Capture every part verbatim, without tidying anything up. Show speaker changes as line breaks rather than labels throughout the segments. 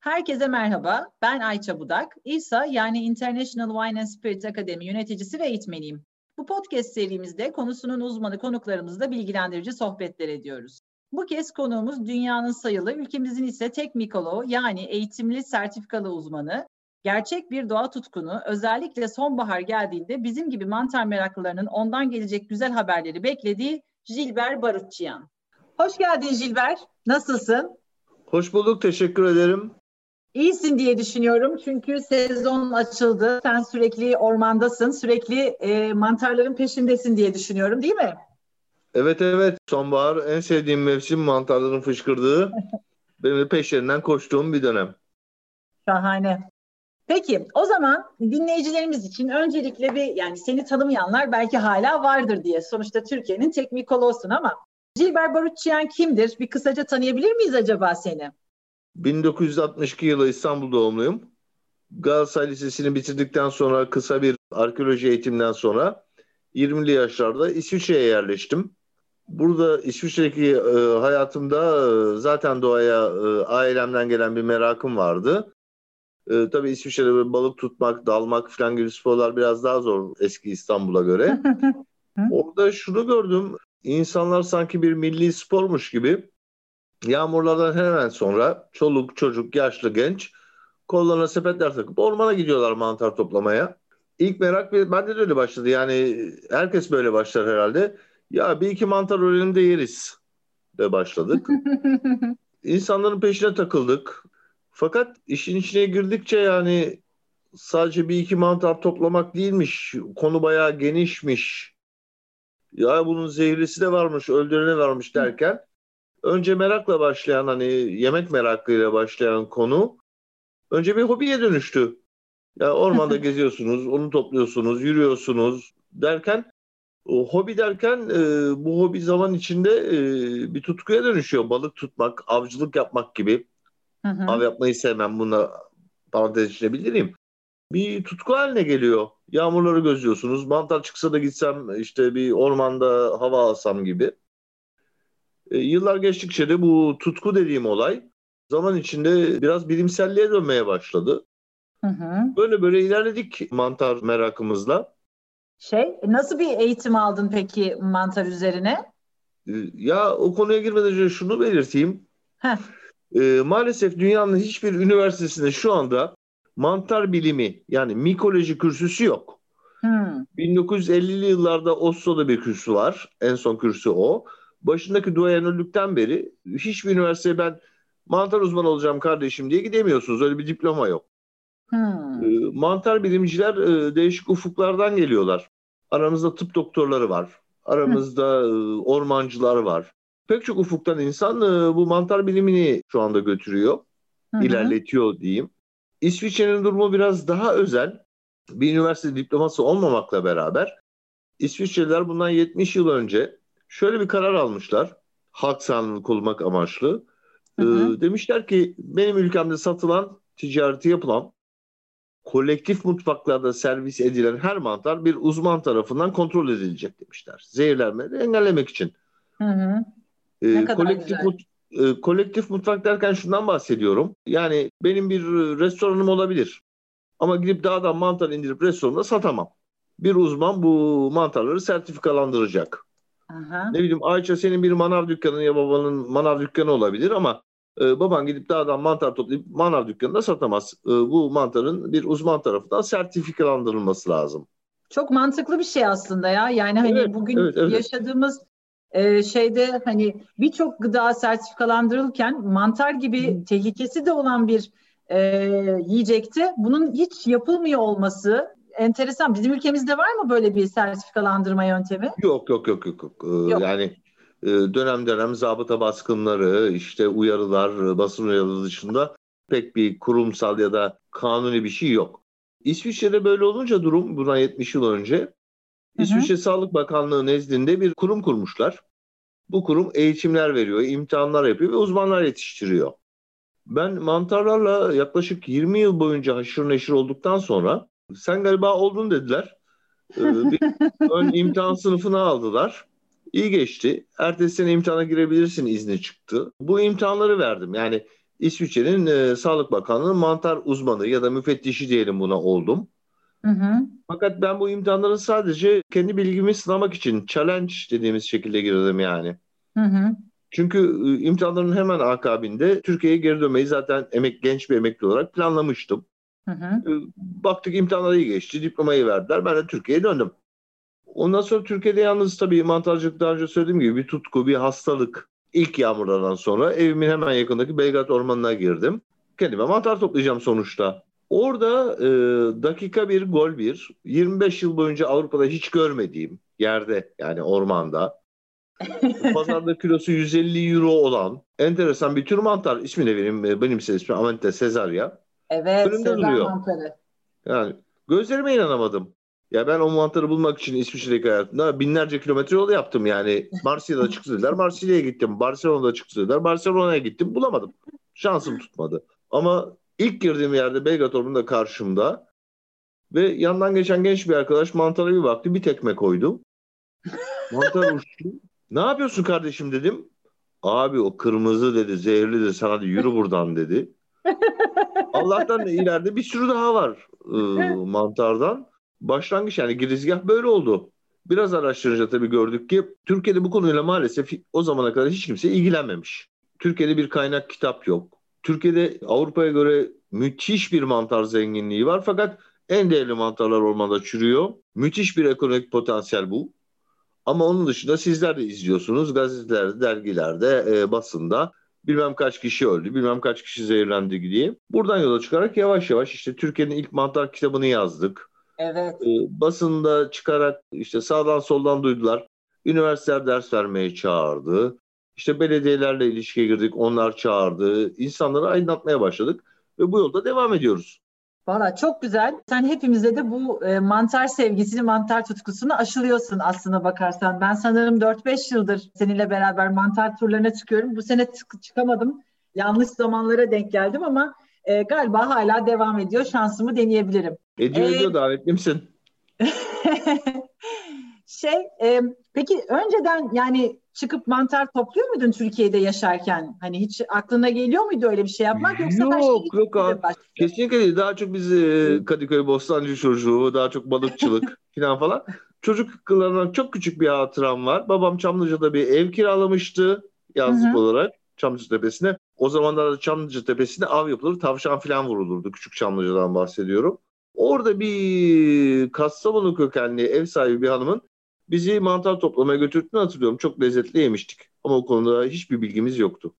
Herkese merhaba, ben Ayça Budak. İSA yani International Wine and Spirit Academy yöneticisi ve eğitmeniyim. Bu podcast serimizde konusunun uzmanı konuklarımızla bilgilendirici sohbetler ediyoruz. Bu kez konuğumuz dünyanın sayılı, ülkemizin ise tek mikoloğu yani eğitimli sertifikalı uzmanı, gerçek bir doğa tutkunu, özellikle sonbahar geldiğinde bizim gibi mantar meraklılarının ondan gelecek güzel haberleri beklediği Gilbert Barutçıyan. Hoş geldin Gilbert, nasılsın?
Hoş bulduk, teşekkür ederim.
İyisin diye düşünüyorum çünkü sezon açıldı. Sen sürekli ormandasın, sürekli e, mantarların peşindesin diye düşünüyorum, değil mi?
Evet evet, sonbahar en sevdiğim mevsim, mantarların fışkırdığı. Benim de peşlerinden koştuğum bir dönem.
Şahane. Peki, o zaman dinleyicilerimiz için öncelikle bir, yani seni tanımayanlar belki hala vardır diye. Sonuçta Türkiye'nin tek mikoloğusun ama Gilbert Barutçıyan kimdir? Bir kısaca tanıyabilir miyiz acaba seni?
bin dokuz yüz altmış iki yılı İstanbul doğumluyum. Galatasaray Lisesi'ni bitirdikten sonra kısa bir arkeoloji eğitiminden sonra yirmili yaşlarda İsviçre'ye yerleştim. Burada İsviçre'deki e, hayatımda e, zaten doğaya e, ailemden gelen bir merakım vardı. E, tabii İsviçre'de böyle balık tutmak, dalmak falan gibi sporlar biraz daha zor eski İstanbul'a göre. Orada şunu gördüm, insanlar sanki bir milli spormuş gibi yağmurlardan hemen sonra çoluk, çocuk, yaşlı, genç kollarına sepetler takıp ormana gidiyorlar mantar toplamaya. İlk merak bende de öyle başladı. Yani herkes böyle başlar herhalde. Ya bir iki mantar öğrenim de yeriz de başladık. İnsanların peşine takıldık. Fakat işin içine girdikçe yani sadece bir iki mantar toplamak değilmiş. Konu bayağı genişmiş. Ya bunun zehirlisi de varmış, öldüreni varmış derken önce merakla başlayan, hani yemek merakıyla başlayan konu önce bir hobiye dönüştü. Ya ormanda geziyorsunuz, onu topluyorsunuz, yürüyorsunuz derken o hobi derken e, bu hobi zaman içinde e, bir tutkuya dönüşüyor. Balık tutmak, avcılık yapmak gibi.
Hı hı.
Av yapmayı sevmem, buna parantez içine bildireyim. Bir tutku haline geliyor. Yağmurları gözlüyorsunuz. Mantar çıksa da gitsem işte bir ormanda hava alsam gibi. E, yıllar geçtikçe de bu tutku dediğim olay zaman içinde biraz bilimselliğe dönmeye başladı.
Hı hı.
Böyle böyle ilerledik mantar merakımızla.
Şey, nasıl bir eğitim aldın peki mantar üzerine?
E, ya o konuya girmeden önce şunu belirteyim.
Heh.
E, maalesef dünyanın hiçbir üniversitesinde şu anda mantar bilimi yani mikoloji kürsüsü yok.
Hmm.
bin dokuz yüz ellili yıllarda Oslo'da bir kürsü var. En son kürsü o. Başındaki duayen öldükten beri hiçbir üniversiteye ben mantar uzmanı olacağım kardeşim diye gidemiyorsunuz. Öyle bir diploma yok.
Hmm.
E, mantar bilimciler e, değişik ufuklardan geliyorlar. Aramızda tıp doktorları var. Aramızda e, ormancılar var. Pek çok ufuktan insan e, bu mantar bilimini şu anda götürüyor.
Hı hı.
İlerletiyor diyeyim. İsviçre'nin durumu biraz daha özel. Bir üniversite diploması olmamakla beraber İsviçreliler bundan yetmiş yıl önce şöyle bir karar almışlar. Halk sağlığını korumak amaçlı.
Hı hı.
Ee, demişler ki benim ülkemde satılan, ticareti yapılan, kolektif mutfaklarda servis edilen her mantar bir uzman tarafından kontrol edilecek demişler. Zehirlenmeleri engellemek için.
Hı hı. Ne
Ee,
kadar
kolektif
güzel.
mut, e, kolektif mutfak derken şundan bahsediyorum. Yani benim bir restoranım olabilir. Ama gidip dağdan mantar indirip restoranda satamam. Bir uzman bu mantarları sertifikalandıracak.
Aha.
Ne bileyim Ayça, senin bir manav dükkanın ya babanın manav dükkanı olabilir ama e, baban gidip dağdan mantar toplayıp manav dükkanında satamaz. E, bu mantarın bir uzman tarafından sertifikalandırılması lazım.
Çok mantıklı bir şey aslında ya. Yani hani
Evet,
bugün
evet, evet.
yaşadığımız e, şeyde hani birçok gıda sertifikalandırılırken mantar gibi tehlikesi de olan bir e, yiyecekte bunun hiç yapılmıyor olması enteresan. Bizim ülkemizde var mı böyle bir sertifikalandırma yöntemi?
Yok, yok, yok, yok, yok. E,
Yok.
yani e, dönem dönem zabıta baskınları, işte uyarılar, basın uyarıları dışında pek bir kurumsal ya da kanuni bir şey yok. İsviçre'de böyle olunca durum bundan yetmiş yıl önce
Hı hı.
İsviçre Sağlık Bakanlığı nezdinde bir kurum kurmuşlar. Bu kurum eğitimler veriyor, imtihanlar yapıyor ve uzmanlar yetiştiriyor. Ben mantarlarla yaklaşık yirmi yıl boyunca haşır neşir olduktan sonra sen galiba oldun dediler. Ee, bir ön imtihan sınıfına aldılar. İyi geçti. Ertesi sene imtihana girebilirsin izni çıktı. Bu imtihanları verdim. Yani İsviçre'nin e, Sağlık Bakanlığı'nın mantar uzmanı ya da müfettişi diyelim buna oldum.
Hı hı.
Fakat ben bu imtihanları sadece kendi bilgimi sınamak için challenge dediğimiz şekilde girdim yani.
Hı hı.
Çünkü e, imtihanların hemen akabinde Türkiye'ye geri dönmeyi zaten emek, genç bir emekli olarak planlamıştım.
Hı hı.
E, baktık imtihanları iyi geçti, diplomayı verdiler. Ben de Türkiye'ye döndüm. Ondan sonra Türkiye'de yalnız tabii mantarcılık daha önce söylediğim gibi bir tutku, bir hastalık. İlk yağmurlardan sonra evimin hemen yakındaki Belgrad Ormanı'na girdim. Kendime mantar toplayacağım sonuçta. Orada e, dakika bir, gol bir, yirmi beş yıl boyunca Avrupa'da hiç görmediğim yerde yani ormanda pazarda kilosu yüz elli euro olan enteresan bir tür mantar. İsmini vereyim, e, benim ise ismim Amanita Caesaria.
Evet,
Önümde
Sezar
duruyor.
mantarı.
Yani gözlerime inanamadım. Ya ben o mantarı bulmak için İsviçre'deki hayatımda binlerce kilometre yol yaptım yani. Marsilya'da çıktı dediler, Marsilya'ya gittim. Barcelona'da çıktı dediler, Barcelona'ya gittim. Bulamadım. Şansım tutmadı. Ama ilk girdiğim yerde Belgrad Ormanı'nda karşımda ve yandan geçen genç bir arkadaş mantara bir baktı, bir tekme koydu. Mantar uçtu. Ne yapıyorsun kardeşim dedim. Abi o kırmızı dedi, zehirli dedi, sana da yürü buradan dedi. Allah'tan ileride bir sürü daha var e, mantardan. Başlangıç yani girizgah böyle oldu. Biraz araştırınca tabii gördük ki Türkiye'de bu konuyla maalesef o zamana kadar hiç kimse ilgilenmemiş. Türkiye'de bir kaynak kitap yok. Türkiye'de Avrupa'ya göre müthiş bir mantar zenginliği var fakat en değerli mantarlar ormanda çürüyor. Müthiş bir ekonomik potansiyel bu. Ama onun dışında sizler de izliyorsunuz. Gazetelerde, dergilerde, e, basında bilmem kaç kişi öldü, bilmem kaç kişi zehirlendi diye. Buradan yola çıkarak yavaş yavaş işte Türkiye'nin ilk mantar kitabını yazdık.
Evet.
E, basında çıkarak işte sağdan soldan duydular. Üniversiteler ders vermeye çağırdı. İşte belediyelerle ilişkiye girdik, onlar çağırdı. İnsanları aydınlatmaya başladık ve bu yolda devam ediyoruz.
Valla çok güzel. Sen hepimize de bu e, mantar sevgisini, mantar tutkusunu aşılıyorsun aslına bakarsan. Ben sanırım dört beş yıldır seninle beraber mantar turlarına çıkıyorum. Bu sene çık- çıkamadım. Yanlış zamanlara denk geldim ama e, galiba hala devam ediyor. Şansımı deneyebilirim.
Ediyor
E,
ediyor davetli misin?
Şey, e, peki önceden yani çıkıp mantar topluyor muydun Türkiye'de yaşarken? Hani hiç aklına geliyor muydu öyle bir şey yapmak yoksa her şey
Yok yok
İzmir'de
abi.
mi başladı?
Kesinlikle değil. Daha çok biz e, Kadıköy Bostancı çocuğu, daha çok balıkçılık falan falan. Çocuklarından çok küçük bir hatıram var. Babam Çamlıca'da bir ev kiralamıştı
Hı
yazlık
hı.
olarak Çamlıca Tepesi'ne. O zamanlarda Çamlıca Tepesi'ne av yapılır, tavşan falan vurulurdu. Küçük Çamlıca'dan bahsediyorum. Orada bir Kastamonu kökenli ev sahibi bir hanımın bizi mantar toplamaya götürdüğünü hatırlıyorum. Çok lezzetli yemiştik. Ama o konuda hiçbir bilgimiz yoktu.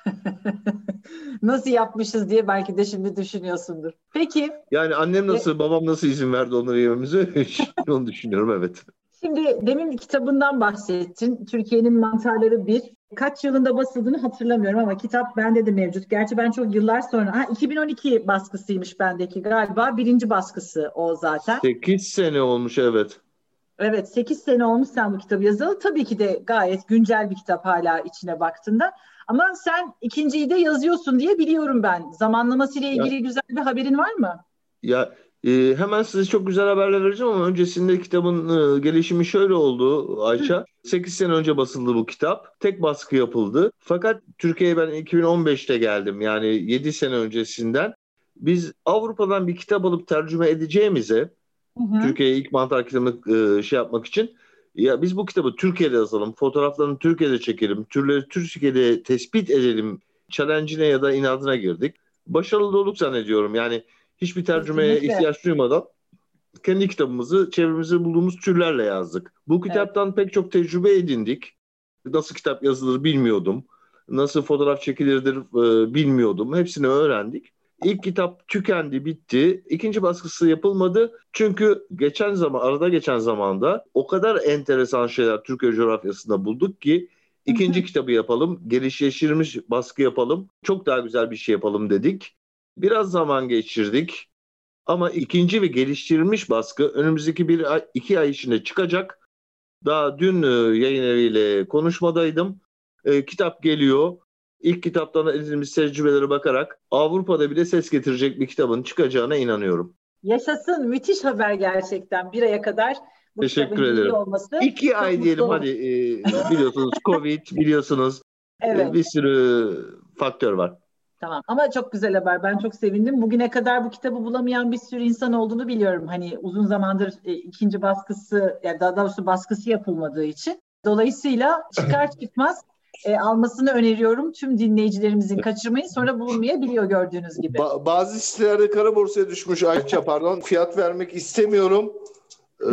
Nasıl yapmışız diye belki de şimdi düşünüyorsundur. Peki,
Yani annem
e,
nasıl, babam nasıl izin verdi onları yememize? Onu düşünüyorum, evet.
şimdi demin kitabından bahsettin. Türkiye'nin Mantarları bir. Kaç yılında basıldığını hatırlamıyorum ama kitap bende de mevcut. Gerçi ben çok yıllar sonra, ha, iki bin on iki baskısıymış bendeki galiba. Birinci baskısı o zaten.
Sekiz sene olmuş, evet.
Evet, sekiz sene olmuş sen bu kitabı yazalı. Tabii ki de gayet güncel bir kitap hala içine baktığında. Ama sen ikinciyi de yazıyorsun diye biliyorum ben. Zamanlamasıyla
Ya,
ilgili güzel bir haberin var mı?
ya e, hemen size çok güzel haberler vereceğim ama öncesinde kitabın e, gelişimi şöyle oldu Ayça. Sekiz sene önce basıldı bu kitap. Tek baskı yapıldı. Fakat Türkiye'ye ben iki bin on beşte geldim. Yani yedi sene öncesinden. Biz Avrupa'dan bir kitap alıp tercüme edeceğimize
Hı hı.
Türkiye'ye ilk mantar kitabını e, şey yapmak için ya biz bu kitabı Türkiye'de yazalım, fotoğraflarını Türkiye'de çekelim, türleri Türkiye'de tespit edelim challenge'ine ya da inadına girdik. Başarılı da olduk zannediyorum. Yani hiçbir tercümeye
Kesinlikle.
ihtiyaç duymadan kendi kitabımızı çevremizde bulduğumuz türlerle yazdık. Bu
Evet.
kitaptan pek çok tecrübe edindik. Nasıl kitap yazılır bilmiyordum. Nasıl fotoğraf çekilirdir e, bilmiyordum. Hepsini öğrendik. İlk kitap tükendi, bitti. İkinci baskısı yapılmadı. Çünkü geçen zaman, arada geçen zamanda o kadar enteresan şeyler Türkiye coğrafyasında bulduk ki
Hı hı.
ikinci kitabı yapalım, geliştirilmiş baskı yapalım, çok daha güzel bir şey yapalım dedik. Biraz zaman geçirdik. Ama ikinci ve geliştirilmiş baskı önümüzdeki bir ay, iki ay içinde çıkacak. Daha dün e, yayın eviyle konuşmadaydım. E, kitap geliyor. İlk kitaptan edindiğimiz tecrübelere bakarak Avrupa'da bile ses getirecek bir kitabın çıkacağına inanıyorum.
Yaşasın, müthiş haber gerçekten. Bir aya kadar bu
Teşekkür
kitabın geliyor
ederim.
olması
İki
çok
ay
mutlu
diyelim
oldum.
hadi, e, biliyorsunuz Covid, biliyorsunuz e,
Evet.
bir sürü faktör var.
Tamam ama çok güzel haber. Ben çok sevindim. Bugüne kadar bu kitabı bulamayan bir sürü insan olduğunu biliyorum. Hani uzun zamandır e, ikinci baskısı, ya daha doğrusu baskısı yapılmadığı için. Dolayısıyla çıkar çıkmaz e, almasını öneriyorum. Tüm dinleyicilerimizin kaçırmayın. Sonra bulunmayabiliyor gördüğünüz gibi.
Ba- bazı sitelerde kara borsaya düşmüş Ayça, pardon. Fiyat vermek istemiyorum. Ee,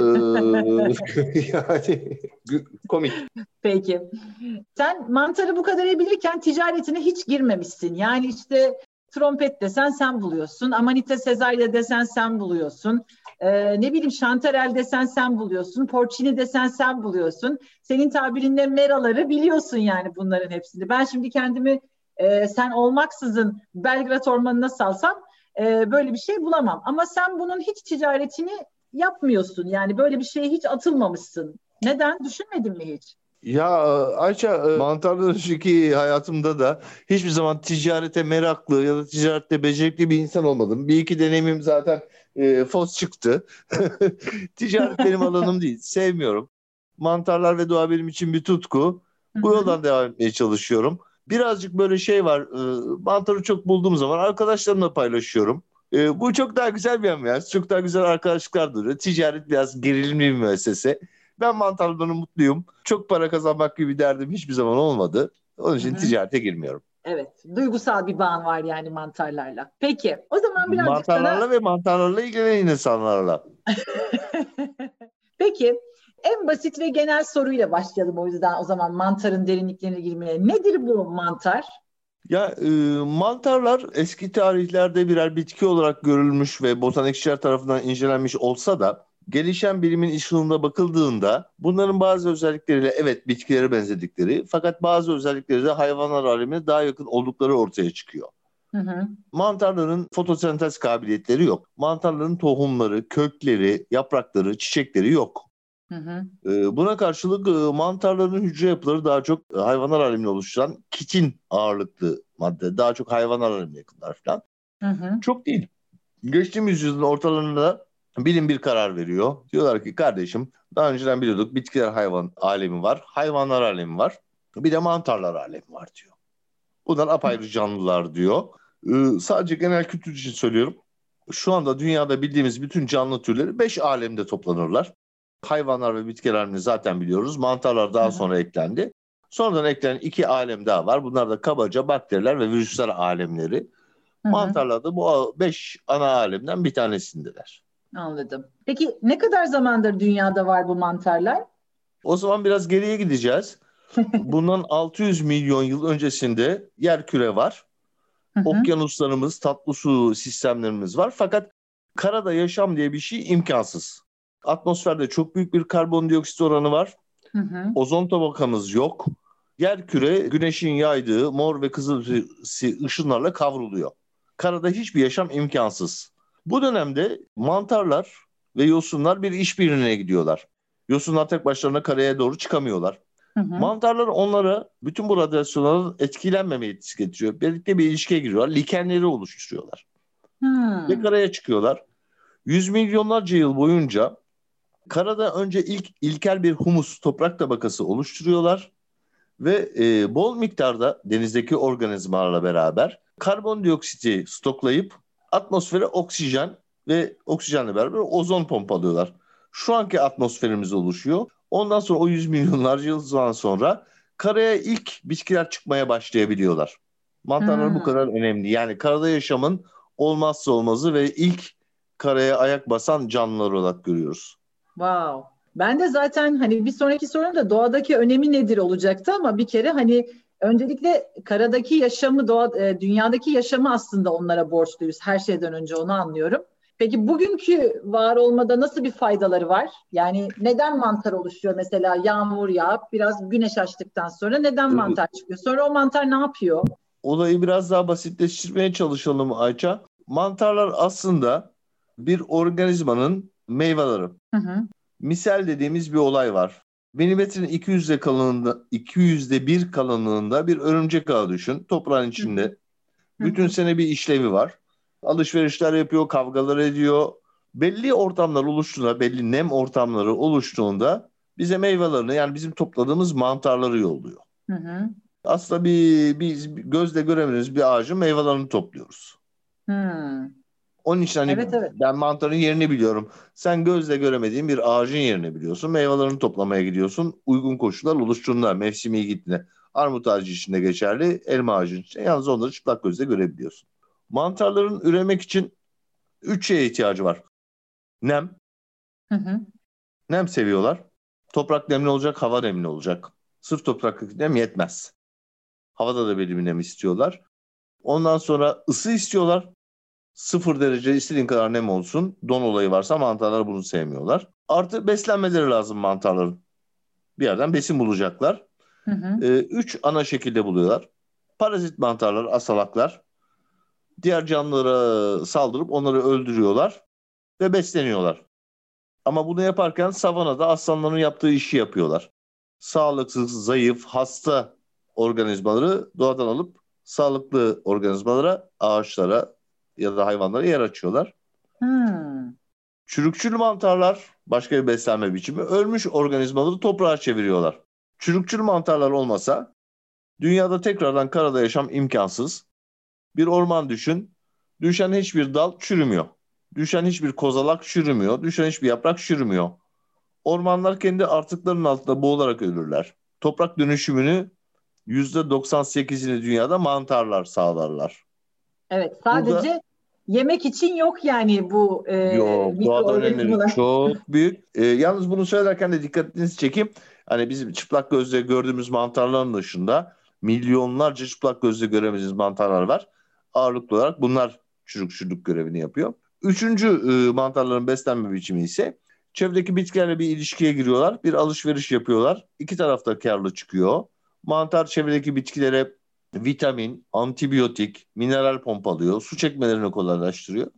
yani komik.
Peki. Sen mantarı bu kadar iyi bilirken ticaretine hiç girmemişsin. Yani işte trompet desen sen buluyorsun. Amanita Sezarya desen sen buluyorsun. Ee, ne bileyim şantarel desen sen buluyorsun. Porcini desen sen buluyorsun. Senin tabirinle meraları biliyorsun yani bunların hepsini. Ben şimdi kendimi e, sen olmaksızın Belgrad Ormanı'na salsam e, böyle bir şey bulamam. Ama sen bunun hiç ticaretini yapmıyorsun. Yani böyle bir şeye hiç atılmamışsın. Neden? Düşünmedin mi hiç?
Ya Ayça, mantardan önceki hayatımda da hiçbir zaman ticarete meraklı ya da ticarette becerikli bir insan olmadım. Bir iki deneyimim zaten e, fos çıktı. Ticaret benim alanım değil. Sevmiyorum. Mantarlar ve doğa benim için bir tutku. Bu
Hı hı.
yoldan devam etmeye çalışıyorum. Birazcık böyle şey var. E, mantarı çok bulduğum zaman arkadaşlarımla paylaşıyorum. E, bu çok daha güzel bir ambiyans. Çok daha güzel arkadaşlıklar duruyor. Ticaret biraz gerilimli bir müessese. Ben mantarlardan mutluyum. Çok para kazanmak gibi bir derdim hiçbir zaman olmadı. Onun için
Hı hı.
ticarete girmiyorum.
Evet, duygusal bir bağın var yani mantarlarla. Peki, o zaman birazcık sana
Mantarlarla ve mantarlarla ilgilenen insanlarla.
Peki, en basit ve genel soruyla başlayalım o yüzden o zaman mantarın derinliklerine girmeye. Nedir bu mantar?
Ya e, mantarlar eski tarihlerde birer bitki olarak görülmüş ve botanikçiler tarafından incelenmiş olsa da gelişen bilimin ışığında bakıldığında bunların bazı özellikleriyle evet bitkilere benzedikleri fakat bazı özellikleri de hayvanlar alemine daha yakın oldukları ortaya çıkıyor.
Hı hı.
Mantarların fotosentez kabiliyetleri yok. Mantarların tohumları, kökleri, yaprakları, çiçekleri yok.
Hı hı.
Ee, buna karşılık e, mantarların hücre yapıları daha çok e, hayvanlar alemini oluşturan kitin ağırlıklı madde. Daha çok hayvanlar alemine yakınlar falan.
Hı hı.
Çok değil. Geçtiğimiz yüzyılın ortalarında bilim bir karar veriyor. Diyorlar ki kardeşim daha önceden biliyorduk bitkiler hayvan alemi var, hayvanlar alemi var. Bir de mantarlar alemi var diyor. Bunlar apayrı canlılar diyor. Ee, sadece genel kültür için söylüyorum. Şu anda dünyada bildiğimiz bütün canlı türleri beş alemde toplanırlar. Hayvanlar ve bitkiler alemini zaten biliyoruz. Mantarlar daha
Hı hı.
sonra eklendi. Sonradan eklenen iki alem daha var. Bunlar da kabaca bakteriler ve virüsler alemleri.
Hı hı.
Mantarlar da bu beş ana alemden bir tanesindeler.
Anladım. Peki ne kadar zamandır dünyada var bu mantarlar?
O zaman biraz geriye gideceğiz. Bundan altı yüz milyon yıl öncesinde yerküre var.
Hı hı.
Okyanuslarımız, tatlı su sistemlerimiz var. Fakat karada yaşam diye bir şey imkansız. Atmosferde çok büyük bir karbondioksit oranı var.
Hı hı.
Ozon tabakamız yok. Yerküre güneşin yaydığı mor ve kızılötesi ışınlarla kavruluyor. Karada hiçbir yaşam imkansız. Bu dönemde mantarlar ve yosunlar bir işbirliğine gidiyorlar. Yosunlar tek başlarına karaya doğru çıkamıyorlar.
Hı hı.
Mantarlar onlara bütün bu radyasyonların etkilenmeme etkisi getiriyor. Birlikte bir ilişkiye giriyorlar. Likenleri oluşturuyorlar. Ve
Hmm.
karaya çıkıyorlar. Yüz milyonlarca yıl boyunca karada önce ilk ilkel bir humus toprak tabakası oluşturuyorlar. Ve e, bol miktarda denizdeki organizmalarla beraber karbondioksiti stoklayıp atmosfere oksijen ve oksijenle beraber ozon pompalıyorlar. Şu anki atmosferimiz oluşuyor. Ondan sonra o yüz milyonlarca yıldan sonra karaya ilk bitkiler çıkmaya başlayabiliyorlar. Mantarlar bu
Hmm.
kadar önemli. Yani karada yaşamın olmazsa olmazı ve ilk karaya ayak basan canlılar olarak görüyoruz.
Wow. Ben de zaten hani bir sonraki sorum da doğadaki önemi nedir olacaktı ama bir kere hani öncelikle karadaki yaşamı, doğa, e, dünyadaki yaşamı aslında onlara borçluyuz. Her şeyden önce onu anlıyorum. Peki bugünkü var olmada nasıl bir faydaları var? Yani neden mantar oluşuyor mesela yağmur yağıp biraz güneş açtıktan sonra neden
Ee,
mantar çıkıyor? Sonra o mantar ne yapıyor?
Olayı biraz daha basitleştirmeye çalışalım Ayça. Mantarlar aslında bir organizmanın meyveleri.
Hı hı.
Misal dediğimiz bir olay var. Milimetrenin iki yüzde kalınlığında, iki yüzde bir kalınlığında bir örümcek ağı düşün. Toprağın
Hı hı.
içinde.
Hı
Bütün
hı.
sene bir işlevi var. Alışverişler yapıyor, kavgalar ediyor. Belli ortamlar oluştuğunda, belli nem ortamları oluştuğunda bize meyvelerini yani bizim topladığımız mantarları yolluyor.
Hı hı.
Aslında bir, biz gözle göremediğimiz bir ağacın meyvelerini topluyoruz.
Hmm.
Onun için hani
Evet, evet.
ben mantarın yerini biliyorum. Sen gözle göremediğin bir ağacın yerini biliyorsun. Meyvelerini toplamaya gidiyorsun. Uygun koşullar oluştuğunda, mevsimi iyi gittiğinde. Armut ağacı için de geçerli, elma ağacı için. Yalnız onları çıplak gözle görebiliyorsun. Mantarların üremek için üç şeye ihtiyacı var. Nem.
Hı hı.
Nem seviyorlar. Toprak nemli olacak, hava nemli olacak. Sırf toprak nem yetmez. Havada da belli bir nem istiyorlar. Ondan sonra ısı istiyorlar. Sıfır derece istediğin kadar nem olsun. Don olayı varsa mantarlar bunu sevmiyorlar. Artı beslenmeleri lazım mantarların. Bir yerden besin bulacaklar.
Hı hı.
Ee, üç ana şekilde buluyorlar. Parazit mantarlar, asalaklar. Diğer canlılara saldırıp onları öldürüyorlar ve besleniyorlar. Ama bunu yaparken savanada aslanların yaptığı işi yapıyorlar. Sağlıksız, zayıf, hasta organizmaları doğadan alıp sağlıklı organizmalara, ağaçlara ya da hayvanlara yer açıyorlar.
Hmm.
Çürükçül mantarlar başka bir beslenme biçimi. Ölmüş organizmaları toprağa çeviriyorlar. Çürükçül mantarlar olmasa dünyada tekrardan karada yaşam imkansız. Bir orman düşün. Düşen hiçbir dal çürümüyor. Düşen hiçbir kozalak çürümüyor. Düşen hiçbir yaprak çürümüyor. Ormanlar kendi artıklarının altında boğularak ölürler. Toprak dönüşümünü yüzde doksan sekizini dünyada mantarlar sağlarlar.
Evet,
Burada
sadece yemek için yok yani bu e,
yok, doğada önemleri
mikroorganizmalar.
çok büyük. Ee, yalnız bunu söylerken de dikkatinizi çekeyim. Hani bizim çıplak gözle gördüğümüz mantarların dışında milyonlarca çıplak gözle göremediğimiz mantarlar var. Ağırlıklı olarak bunlar çürükçülük görevini yapıyor. Üçüncü e, mantarların beslenme biçimi ise çevredeki bitkilerle bir ilişkiye giriyorlar. Bir alışveriş yapıyorlar. İki tarafta karlı çıkıyor. Mantar çevredeki bitkilere vitamin, antibiyotik, mineral pompalıyor. Su çekmelerini kolaylaştırıyor.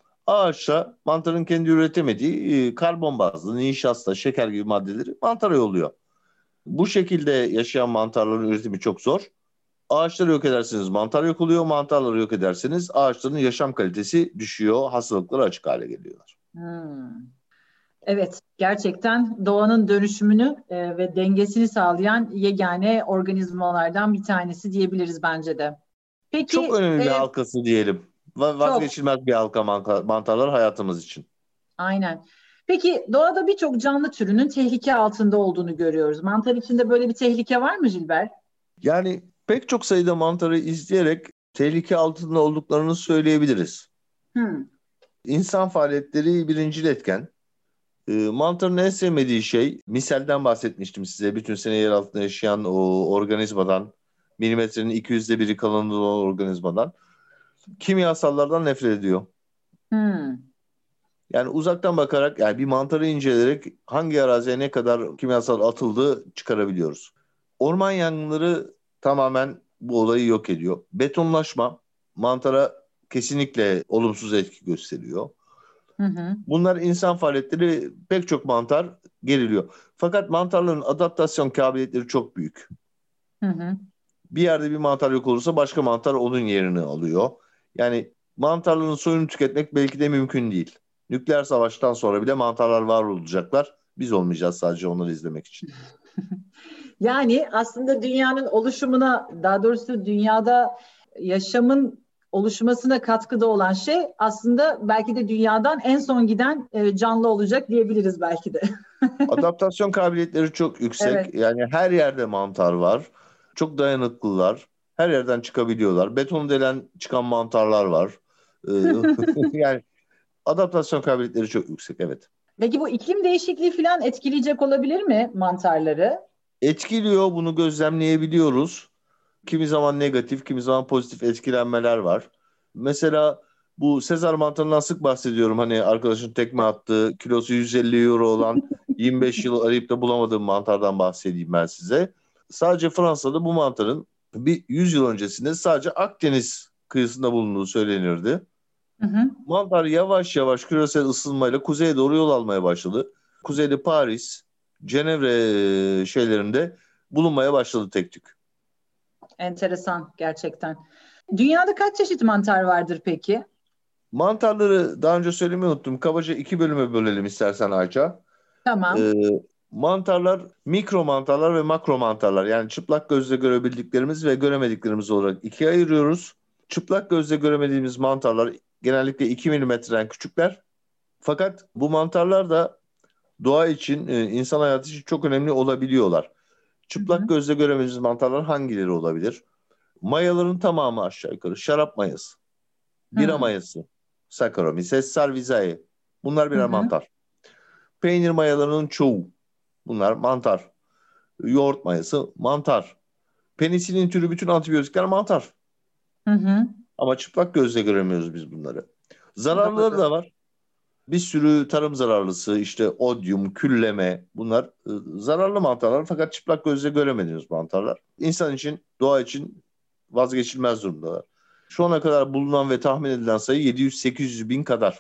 Ağaçta mantarın kendi üretemediği e, karbon bazlı, nişasta, şeker gibi maddeleri mantara yolluyor. Bu şekilde yaşayan mantarların üretimi çok zor. Ağaçları yok ederseniz mantar yok oluyor. Mantarları yok ederseniz ağaçların yaşam kalitesi düşüyor. Hastalıklara açık hale geliyorlar.
Hmm. Evet, gerçekten doğanın dönüşümünü e, ve dengesini sağlayan yegane organizmalardan bir tanesi diyebiliriz bence de.
Çok
Peki,
önemli bir
e,
halkası diyelim. Va-
çok,
Vazgeçilmez bir halka manka- mantarlar hayatımız için.
aynen. Peki doğada birçok canlı türünün tehlike altında olduğunu görüyoruz. Mantar içinde böyle bir tehlike var mı Jilber?
Yani pek çok sayıda mantarı izleyerek tehlike altında olduklarını söyleyebiliriz.
Hmm.
İnsan faaliyetleri birincil etken. E, mantarın en sevmediği şey, miselden bahsetmiştim size. Bütün sene yer altında yaşayan o organizmadan, milimetrenin iki yüzde biri kalınlığı olan organizmadan, kimyasallardan nefret ediyor.
Hmm.
Yani uzaktan bakarak, yani bir mantarı inceleyerek hangi araziye ne kadar kimyasal atıldığı çıkarabiliyoruz. Orman yangınları tamamen bu olayı yok ediyor. Betonlaşma mantara kesinlikle olumsuz etki gösteriyor.
Hı hı.
Bunlar insan faaliyetleri, pek çok mantar geriliyor. Fakat mantarların adaptasyon kabiliyetleri çok büyük.
Hı hı.
Bir yerde bir mantar yok olursa başka mantar onun yerini alıyor. Yani mantarların soyunu tüketmek belki de mümkün değil. Nükleer savaştan sonra bile mantarlar var olacaklar. Biz olmayacağız sadece onları izlemek için.
Yani aslında dünyanın oluşumuna, daha doğrusu dünyada yaşamın oluşmasına katkıda olan şey aslında belki de dünyadan en son giden e, canlı olacak diyebiliriz belki de.
Adaptasyon kabiliyetleri çok yüksek.
Evet.
Yani her yerde mantar var. Çok dayanıklılar. Her yerden çıkabiliyorlar. Beton delen çıkan mantarlar var. Ee, yani adaptasyon kabiliyetleri çok yüksek, evet.
Peki bu iklim değişikliği falan etkileyecek olabilir mi mantarları?
Etkiliyor, bunu gözlemleyebiliyoruz. Kimi zaman negatif, kimi zaman pozitif etkilenmeler var. Mesela bu Sezar mantarından sık bahsediyorum. Hani arkadaşın tekme attığı, kilosu yüz elli euro olan, yirmi beş yıl arayıp da bulamadığım mantardan bahsedeyim ben size. Sadece Fransa'da bu mantarın bir yüz yıl öncesinde sadece Akdeniz kıyısında bulunduğu söylenirdi.
Hı hı.
Mantar yavaş yavaş küresel ısınmayla kuzeye doğru yol almaya başladı. Kuzeyde Paris, Cenevre e, şeylerinde bulunmaya başladı tek tük.
Enteresan gerçekten. Dünyada kaç çeşit mantar vardır peki?
Mantarları daha önce söylemeyi unuttum. Kabaca iki bölüme bölelim istersen Ayça.
Tamam.
Ee, Mantarlar mikro mantarlar ve makro mantarlar. Yani çıplak gözle görebildiklerimiz ve göremediklerimiz olarak ikiye ayırıyoruz. Çıplak gözle göremediğimiz mantarlar genellikle iki milimetreden küçükler. Fakat bu mantarlar da doğa için, e, insan hayatı için çok önemli olabiliyorlar.
Hı
Çıplak
hı.
gözle göremediğimiz mantarlar hangileri olabilir? Mayaların tamamı aşağı yukarı. Şarap mayası, bira
Hı
mayası, Saccharomyces cerevisiae. Bunlar
hı.
birer
Hı.
mantar. Peynir mayalarının çoğu. Bunlar mantar. Yoğurt mayası mantar. Penisilin türü bütün antibiyotikler mantar.
Hı hı.
Ama çıplak gözle göremiyoruz biz bunları. Zararları
Doğru.
da var. Bir sürü tarım zararlısı, işte odyum, külleme, bunlar e, zararlı mantarlar fakat çıplak gözle göremediğimiz mantarlar. İnsan için, doğa için vazgeçilmez durumdalar. Şu ana kadar bulunan ve tahmin edilen sayı yedi yüz sekiz yüz bin kadar.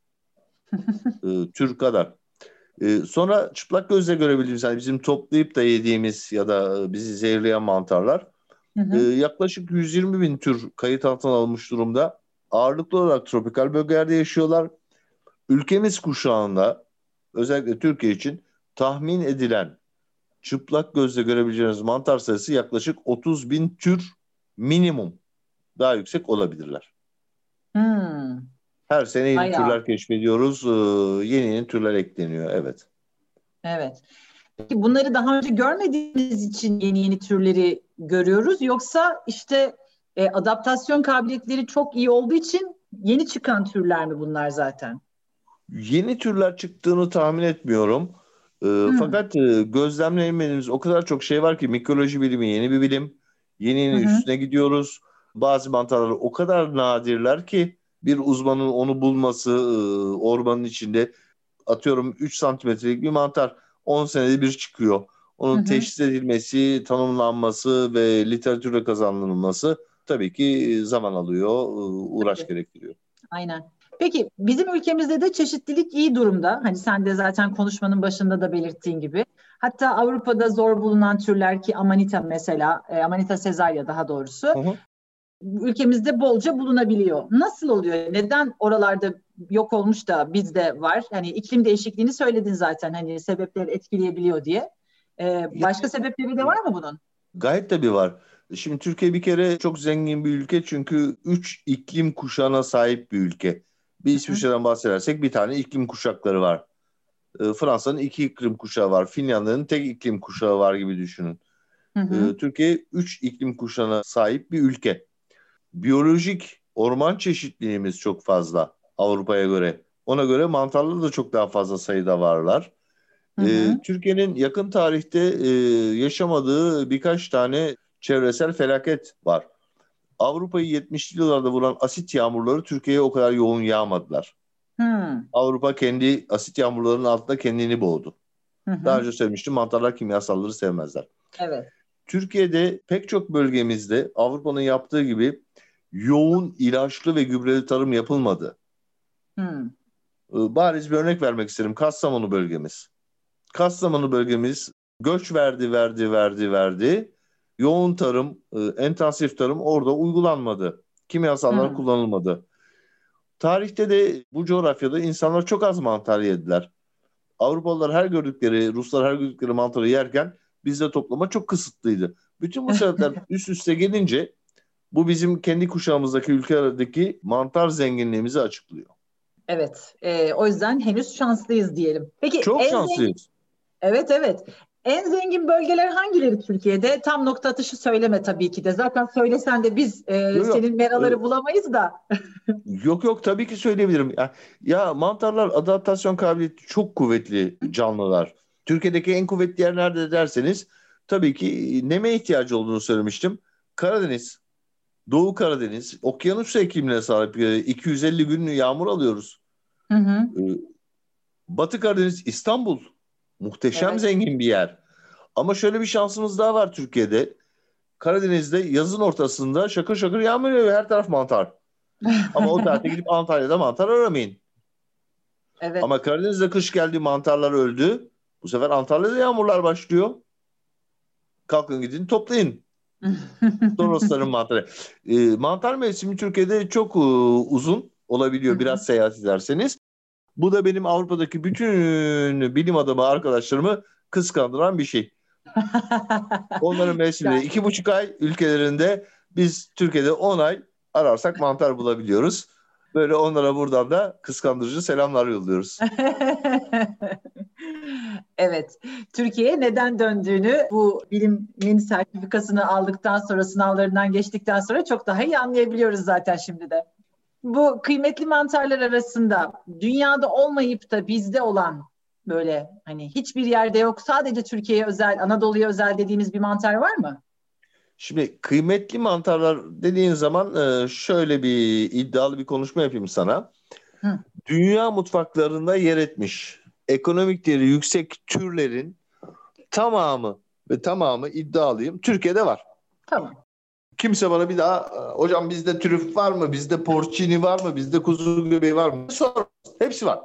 E, tür kadar. E, sonra çıplak gözle görebildiğimiz, yani bizim toplayıp da yediğimiz ya da e, bizi zehirleyen mantarlar
Hı
e,
hı.
yaklaşık yüz yirmi bin tür kayıt altına alınmış durumda. Ağırlıklı olarak tropikal bölgelerde yaşıyorlar. Ülkemiz kuşağında, özellikle Türkiye için tahmin edilen çıplak gözle görebileceğiniz mantar sayısı yaklaşık otuz bin tür minimum. Daha yüksek olabilirler.
Hmm.
Her sene yeni
Bayağı.
türler keşfediyoruz. Ee, yeni yeni türler ekleniyor. Evet.
Evet. Peki bunları daha önce görmediğimiz için yeni yeni türleri görüyoruz. Yoksa işte e, adaptasyon kabiliyetleri çok iyi olduğu için yeni çıkan türler mi bunlar zaten?
Yeni türler çıktığını tahmin etmiyorum. Ee,
Hmm.
fakat e, gözlemleyemediğimiz o kadar çok şey var ki, mikoloji bilimi yeni bir bilim. Yeni
Hı
yeni
hı.
üstüne gidiyoruz. Bazı mantarlar o kadar nadirler ki bir uzmanın onu bulması, e, ormanın içinde, atıyorum üç santimetrelik bir mantar on senede bir çıkıyor.
Hı
Onun
hı.
teşhis edilmesi, tanımlanması ve literatüre kazanılması tabii ki zaman alıyor, e, uğraş
Tabii.
gerektiriyor.
Aynen. Peki bizim ülkemizde de çeşitlilik iyi durumda. Hani sen de zaten konuşmanın başında da belirttiğin gibi. Hatta Avrupa'da zor bulunan türler ki Amanita mesela, e, Amanita caesaria daha doğrusu
Hı hı.
ülkemizde bolca bulunabiliyor. Nasıl oluyor? Neden oralarda yok olmuş da bizde var? Hani iklim değişikliğini söyledin zaten hani sebepler etkileyebiliyor diye. E, başka sebepleri de var mı bunun?
Gayet tabii var. Şimdi Türkiye bir kere çok zengin bir ülke, çünkü üç iklim kuşağına sahip bir ülke. Bir
Hı hı.
İsviçre'den bahsedersek bir tane iklim kuşakları var. E, Fransa'nın iki iklim kuşağı var. Finlandiya'nın tek iklim kuşağı var gibi düşünün.
Hı hı.
E, Türkiye üç iklim kuşağına sahip bir ülke. Biyolojik orman çeşitliliğimiz çok fazla Avrupa'ya göre. Ona göre mantarlar da çok daha fazla sayıda varlar.
Hı
Ee,
hı.
Türkiye'nin yakın tarihte e, yaşamadığı birkaç tane çevresel felaket var. Avrupa'yı yetmişli yıllarda vuran asit yağmurları Türkiye'ye o kadar yoğun yağmadılar.
Hı
Avrupa kendi asit yağmurlarının altında kendini boğdu.
hı.
Daha
Hı.
önce söylemiştim, mantarlar kimyasalları sevmezler.
Evet.
Türkiye'de pek çok bölgemizde Avrupa'nın yaptığı gibi yoğun ilaçlı ve gübreli tarım yapılmadı.
Hı.
Ee, Bariz bir örnek vermek isterim. Kastamonu bölgemiz. Kastamonu bölgemiz göç verdi, verdi, verdi, verdi. Yoğun tarım, e, intensif tarım orada uygulanmadı. Kimyasallar
Hı.
kullanılmadı. Tarihte de bu coğrafyada insanlar çok az mantar yediler. Avrupalılar her gördükleri, Ruslar her gördükleri mantarı yerken bizde toplama çok kısıtlıydı. Bütün bu sebepler üst üste gelince bu bizim kendi kuşağımızdaki ülkelerdeki mantar zenginliğimizi açıklıyor.
Evet. E, o yüzden henüz şanslıyız diyelim. Peki
Çok
en zengin,
şanslıyız.
evet evet. En zengin bölgeler hangileri Türkiye'de? Tam nokta atışı söyleme tabii ki de. Zaten söylesen de biz e,
Yok yok.
senin meraları bulamayız da.
Yok yok, tabii ki söyleyebilirim. Ya, ya mantarlar adaptasyon kabiliyeti çok kuvvetli canlılar. Türkiye'deki en kuvvetli yer nerede derseniz, tabii ki neme ihtiyacı olduğunu söylemiştim. Karadeniz, Doğu Karadeniz, okyanus iklimine sahip, e, iki yüz elli gün yağmur alıyoruz.
Hı hı.
E, Batı Karadeniz, İstanbul muhteşem
Evet.
zengin bir yer. Ama şöyle bir şansımız daha var Türkiye'de. Karadeniz'de yazın ortasında şakır şakır yağmur yağıyor, her taraf mantar. Ama o tarihte gidip Antalya'da mantar aramayın.
Evet.
Ama Karadeniz'de kış geldi, mantarlar öldü. Bu sefer Antalya'da yağmurlar başlıyor. Kalkın gidin toplayın. Torosların mantarı. E, mantar mevsimi Türkiye'de çok e, uzun
Hı
olabiliyor
hı.
biraz seyahat ederseniz. Bu da benim Avrupa'daki bütün bilim adamı arkadaşlarımı kıskandıran bir şey. Onların mevsimleri iki buçuk ay, ülkelerinde biz Türkiye'de on ay ararsak mantar bulabiliyoruz. Böyle onlara buradan da kıskandırıcı selamlar yolluyoruz.
Evet, Türkiye'ye neden döndüğünü bu bilimin sertifikasını aldıktan sonra, sınavlarından geçtikten sonra çok daha iyi anlayabiliyoruz zaten şimdi de. Bu kıymetli mantarlar arasında dünyada olmayıp da bizde olan, böyle hani hiçbir yerde yok, sadece Türkiye'ye özel, Anadolu'ya özel dediğimiz bir mantar var mı?
Şimdi kıymetli mantarlar dediğin zaman e, şöyle bir iddialı bir konuşma yapayım sana.
Hı.
Dünya mutfaklarında yer etmiş ekonomik değeri yüksek türlerin tamamı ve tamamı, iddialıyım, Türkiye'de var.
Tamam.
Kimse bana bir daha hocam bizde trüf var mı, bizde porcini var mı, bizde kuzu göbeği var mı sor. Hepsi var.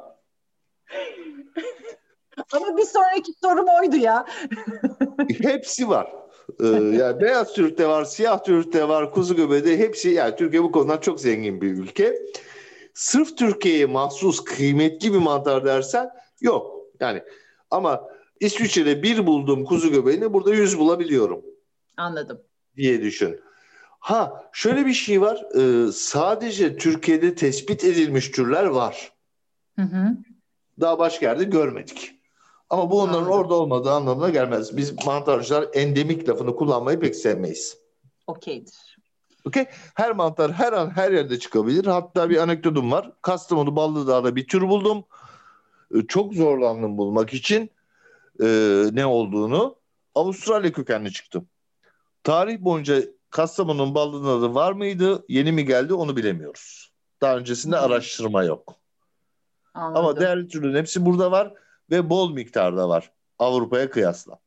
Ama bir sonraki sorum oydu ya.
Hepsi var. Ee, yani beyaz trüf de var, siyah trüf de var, kuzu göbeği de, hepsi. Yani Türkiye bu konudan çok zengin bir ülke. Sırf Türkiye'ye mahsus kıymetli bir mantar dersen yok. Yani ama İsviçre'de bir bulduğum kuzu göbeğini burada yüz bulabiliyorum.
Anladım.
Diye düşün. Ha şöyle bir şey var. E, sadece Türkiye'de tespit edilmiş türler var.
Hı hı.
Daha başka yerde görmedik. Ama bu onların
Anladım.
orada olmadığı anlamına gelmez. Biz mantarcılar endemik lafını kullanmayı pek sevmeyiz.
Okeydir.
Okay? Her mantar her an her yerde çıkabilir. Hatta bir anekdotum var. Kastamonu Ballıdağ'da bir tür buldum. E, çok zorlandım bulmak için e, ne olduğunu. Avustralya kökenli çıktı. Tarih boyunca Kastamonu'nun Ballıdağ'da var mıydı? Yeni mi geldi? Onu bilemiyoruz. Daha öncesinde
Hı.
araştırma yok.
Anladım.
Ama değerli türlerin hepsi burada var ve bol miktarda var Avrupa'ya kıyasla.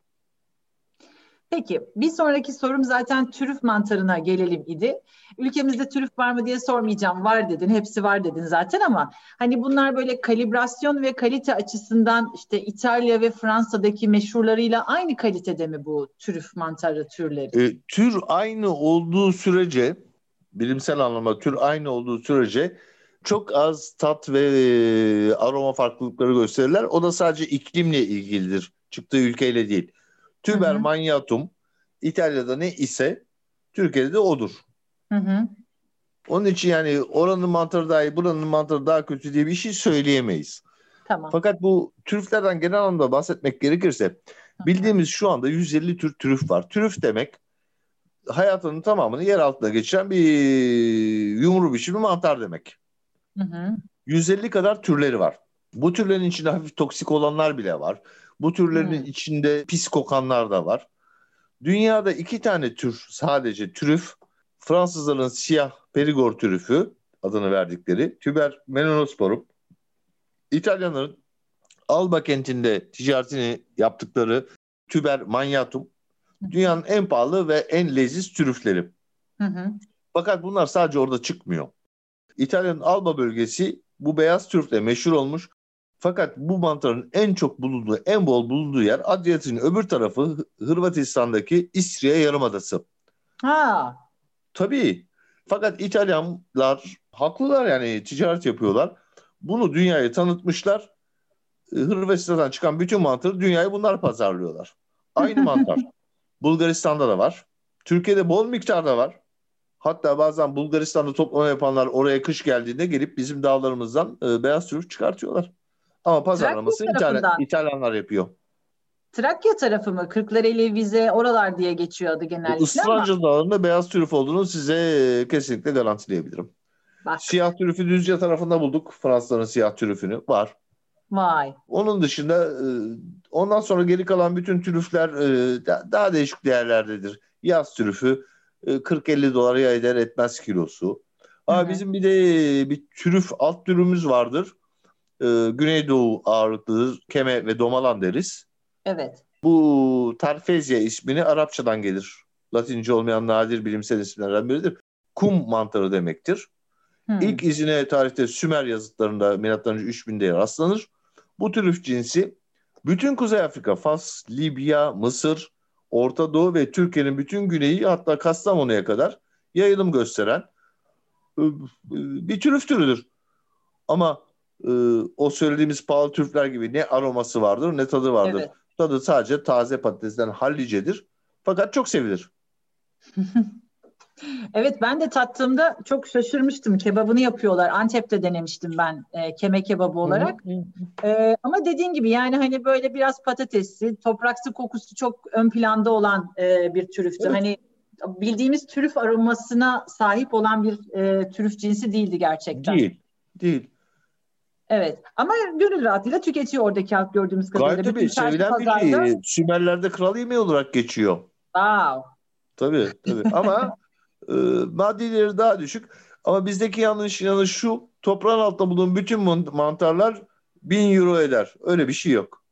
Peki, bir sonraki sorum zaten trüf mantarına gelelim idi. Ülkemizde trüf var mı diye sormayacağım. Var dedin, hepsi var dedin zaten, ama hani bunlar böyle kalibrasyon ve kalite açısından işte İtalya ve Fransa'daki meşhurlarıyla aynı kalitede mi bu trüf mantarı türleri?
E, tür aynı olduğu sürece, bilimsel anlamda tür aynı olduğu sürece çok az tat ve e, aroma farklılıkları gösterirler. O da sadece iklimle ilgilidir. Çıktığı ülkeyle değil.
Hı
Tüber
hı.
manyatum İtalya'da ne ise Türkiye'de de odur.
Hı hı.
Onun için yani oranın mantarı daha iyi, buranın mantarı daha kötü diye bir şey söyleyemeyiz.
Tamam.
Fakat bu türüflerden genel anlamda bahsetmek gerekirse
Hı hı.
bildiğimiz şu anda yüz elli tür türüf var. Türüf demek hayatının tamamını yer altında geçiren bir yumru biçimli mantar demek.
Hı hı.
yüz elli kadar türleri var. Bu türlerin içinde hafif toksik olanlar bile var. Bu türlerin
Hı.
içinde pis kokanlar da var. Dünyada iki tane tür sadece türüf. Fransızların siyah perigord türüfü adını verdikleri Tuber melanosporum. İtalyanların Alba kentinde ticaretini yaptıkları Tuber magnatum. Dünyanın en pahalı ve en leziz türüfleri.
Hı hı.
Fakat bunlar sadece orada çıkmıyor. İtalya'nın Alba bölgesi bu beyaz türüfle meşhur olmuş. Fakat bu mantarın en çok bulunduğu, en bol bulunduğu yer Adriyatik'in öbür tarafı, Hırvatistan'daki İstriya Yarımadası.
Ha.
Tabii. Fakat İtalyanlar haklılar, yani ticaret yapıyorlar. Bunu dünyaya tanıtmışlar. Hırvatistan'dan çıkan bütün mantarı dünyaya bunlar pazarlıyorlar. Aynı mantar. Bulgaristan'da da var. Türkiye'de bol miktarda var. Hatta bazen Bulgaristan'da toplama yapanlar oraya kış geldiğinde gelip bizim dağlarımızdan e, beyaz trüf çıkartıyorlar. Ama
Trakya
pazarlaması İtalyan,
tarafından.
İtalyanlar yapıyor.
Trakya tarafı mı? Kırklareli, Vize, oralar diye geçiyor adı genellikle ama
Islanca Dağı'nda beyaz trüf olduğunu size e, kesinlikle garantileyebilirim.
bak,
Siyah trüfü Düzce tarafında bulduk. Fransızların siyah trüfünü var.
vay.
Onun dışında e, ondan sonra geri kalan bütün trüfler e, da- daha değişik değerlerdedir. Yaz trüfü e, kırk elli dolara eder etmez kilosu.
Hı
Ama
hı.
bizim bir de bir trüf alt türümüz vardır. E, Güneydoğu ağırlıklıdır. Keme ve domalan deriz.
Evet.
Bu Tarfezia ismini Arapçadan gelir. Latince olmayan nadir bilimsel isimlerden biridir. Kum mantarı demektir.
Hı.
İlk izine tarihte Sümer yazıtlarında milattan önce üç binde rastlanır. Bu trüf cinsi bütün Kuzey Afrika, Fas, Libya, Mısır, Orta Doğu ve Türkiye'nin bütün güneyi, hatta Kastamonu'ya kadar yayılım gösteren e, e, bir trüf türüdür. Ama e, o söylediğimiz pahalı trüfler gibi ne aroması vardır ne tadı vardır.
Evet.
Tadı sadece taze patatesten hallicedir. Fakat çok sevilir.
Evet, ben de tattığımda çok şaşırmıştım. Kebabını yapıyorlar. Antep'te denemiştim ben e, keme kebabı
Hı hı,
olarak.
hı.
E, ama dediğin gibi yani hani böyle biraz patatesli, topraksı kokusu çok ön planda olan e, bir türüftü.
Evet.
Hani bildiğimiz trüf aromasına sahip olan bir e, trüf cinsi değildi gerçekten.
Değil. Değil.
Evet, ama gönül rahatlığıyla tüketiyor oradaki halk gördüğümüz kadarıyla.
Gayet
Bütün
tabii
çarşı
sevilen bir
pazarda.
şey. Sümerler'de kral yemeği olarak geçiyor.
Wow.
Tabii tabii. Ama e, maddi değeri daha düşük. Ama bizdeki yanlış yanı şu. Toprağın altında bulunan bütün man- mantarlar bin euro eder. Öyle bir şey yok.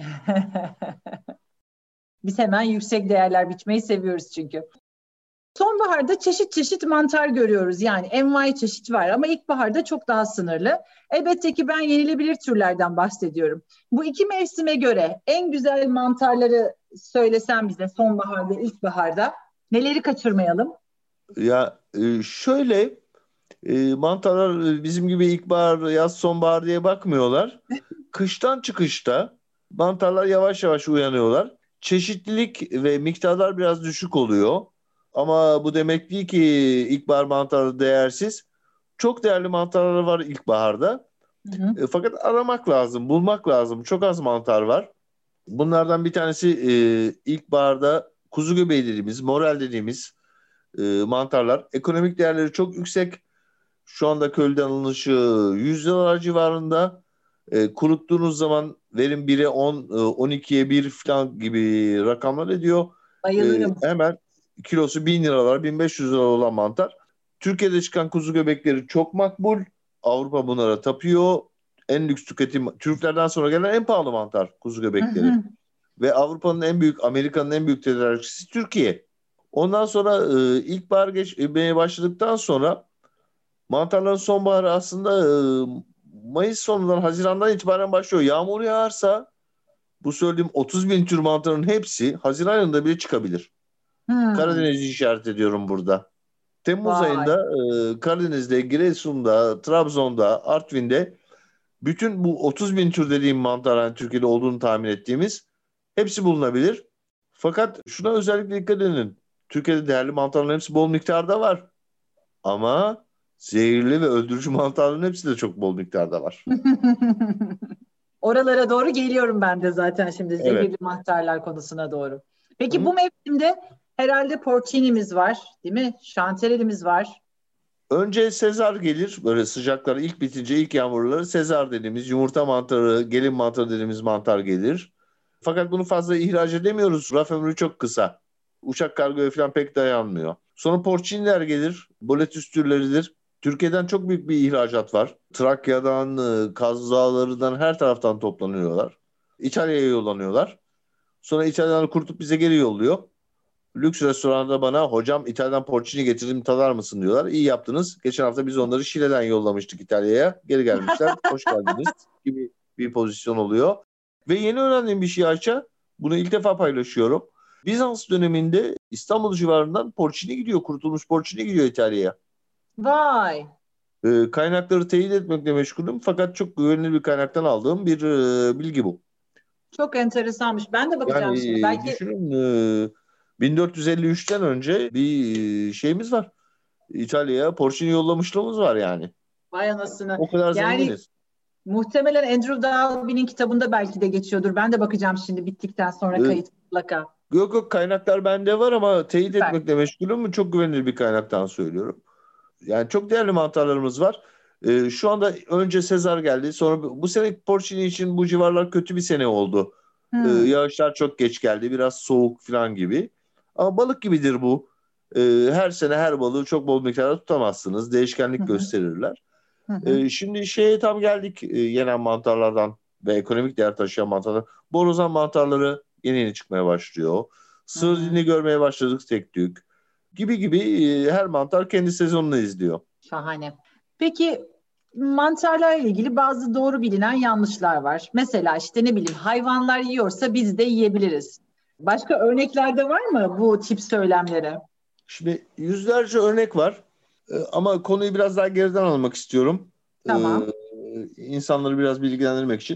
Biz hemen yüksek değerler biçmeyi seviyoruz çünkü. Sonbaharda çeşit çeşit mantar görüyoruz. Yani envai çeşit var ama ilkbaharda çok daha sınırlı. Elbette ki ben yenilebilir türlerden bahsediyorum. Bu iki mevsime göre en güzel mantarları söylesen bize sonbaharda, ilkbaharda neleri kaçırmayalım?
Ya e, şöyle e, mantarlar e, bizim gibi ilkbahar, yaz, sonbahar diye bakmıyorlar. Kıştan çıkışta mantarlar yavaş yavaş uyanıyorlar. Çeşitlilik ve miktarlar biraz düşük oluyor. Ama bu demek değil ki ilkbahar mantarı değersiz. Çok değerli mantarlar var ilkbaharda.
Hı hı.
E, fakat aramak lazım, bulmak lazım. Çok az mantar var. Bunlardan bir tanesi e, ilkbaharda kuzu göbeği dediğimiz, morel dediğimiz e, mantarlar. Ekonomik değerleri çok yüksek. Şu anda kölden alınışı yüz liralar civarında. E, kuruttuğunuz zaman verim bire on, on ikiye bir falan gibi rakamlar ediyor. E,
Bayılırım.
hemen kilosu bin liralar, bin beş yüz lira olan mantar. Türkiye'de çıkan kuzu göbekleri çok makbul. Avrupa bunlara tapıyor. En lüks tüketim, Türklerden sonra gelen en pahalı mantar kuzu
Hı
göbekleri.
hı.
Ve Avrupa'nın en büyük, Amerika'nın en büyük tedarikçisi Türkiye. Ondan sonra e, ilkbahar geçmeye başladıktan sonra mantarların sonbaharı aslında e, Mayıs sonundan Haziran'dan itibaren başlıyor. Yağmur yağarsa bu söylediğim otuz bin tür mantarın hepsi Haziran ayında bile çıkabilir.
Hmm.
Karadeniz'i işaret ediyorum burada. Temmuz
Vay.
ayında e, Karadeniz'de, Giresun'da, Trabzon'da, Artvin'de bütün bu otuz bin tür dediğim mantar, yani Türkiye'de olduğunu tahmin ettiğimiz hepsi bulunabilir. Fakat şuna özellikle dikkat edin. Türkiye'de değerli mantarların hepsi bol miktarda var. Ama zehirli ve öldürücü mantarların hepsi de çok bol miktarda var.
Oralara doğru geliyorum ben de zaten şimdi
Evet.
zehirli mantarlar konusuna doğru. Peki
Hı.
bu mevsimde herhalde porcinimiz var, değil mi? Şanterelimiz var.
Önce Sezar gelir. Böyle sıcaklar ilk bitince ilk yağmurları Sezar dediğimiz yumurta mantarı, gelin mantarı dediğimiz mantar gelir. Fakat bunu fazla ihraç edemiyoruz. Raf ömrü çok kısa. Uçak kargoya falan pek dayanmıyor. Sonra porciniler gelir. Boletus türleridir. Türkiye'den çok büyük bir ihracat var. Trakya'dan, e, Kaz Dağları'ndan her taraftan toplanıyorlar. İtalya'ya yollanıyorlar. Sonra İtalyanlar kurutup bize geri yolluyor. Lüks restoranda bana hocam İtalyan porcini getirdim tadar mısın diyorlar. İyi yaptınız. Geçen hafta biz onları Şile'den yollamıştık İtalya'ya. Geri gelmişler. Hoş geldiniz gibi bir pozisyon oluyor. Ve yeni öğrendiğim bir şey Ayça. Bunu ilk defa paylaşıyorum. Bizans döneminde İstanbul civarından porcini gidiyor. Kurutulmuş porcini gidiyor İtalya'ya.
Vay,
Ee, kaynakları teyit etmekle meşgulüm. Fakat çok güvenilir bir kaynaktan aldığım bir e, bilgi bu.
çok enteresanmış. Ben de
Yani
bakacağım şimdi.
e,
Belki
düşünün e, bin dört yüz elli üçten önce bir e, şeyimiz var. İtalya'ya porcini yollamışlığımız var yani.
vay anasını.
O kadar
Yani
zenginiz.
muhtemelen Andrew Dalby'nin kitabında belki de geçiyordur. Ben de bakacağım şimdi bittikten sonra
Ee,
kayıt mutlaka.
yok yok kaynaklar bende var ama teyit
Süper.
etmekle meşgulüm. Çok güvenilir bir kaynaktan söylüyorum. Yani çok değerli mantarlarımız var. Ee, şu anda önce Sezar geldi. Sonra bu sene porcini için bu civarlar kötü bir sene oldu. Ee,
Hmm.
yağışlar çok geç geldi. Biraz soğuk falan gibi. Ama balık gibidir bu. Ee, her sene her balığı çok bol miktarda tutamazsınız.
Hı
Değişkenlik
hı.
gösterirler.
Hı hı.
Ee, şimdi şeye tam geldik e, yenen mantarlardan ve ekonomik değer taşıyan mantarlar. Borazan mantarları yeni yeni çıkmaya başlıyor.
Hı hı.
Sığırdini görmeye başladık tek tük. Gibi gibi e, her mantar kendi sezonunu izliyor.
Şahane. Peki mantarlarla ilgili bazı doğru bilinen yanlışlar var. Mesela işte ne bileyim hayvanlar yiyorsa biz de yiyebiliriz. Başka örneklerde var mı bu tip söylemlere?
Şimdi yüzlerce örnek var. E, ama konuyu biraz daha geriden almak istiyorum. E,
Tamam.
insanları biraz bilgilendirmek için.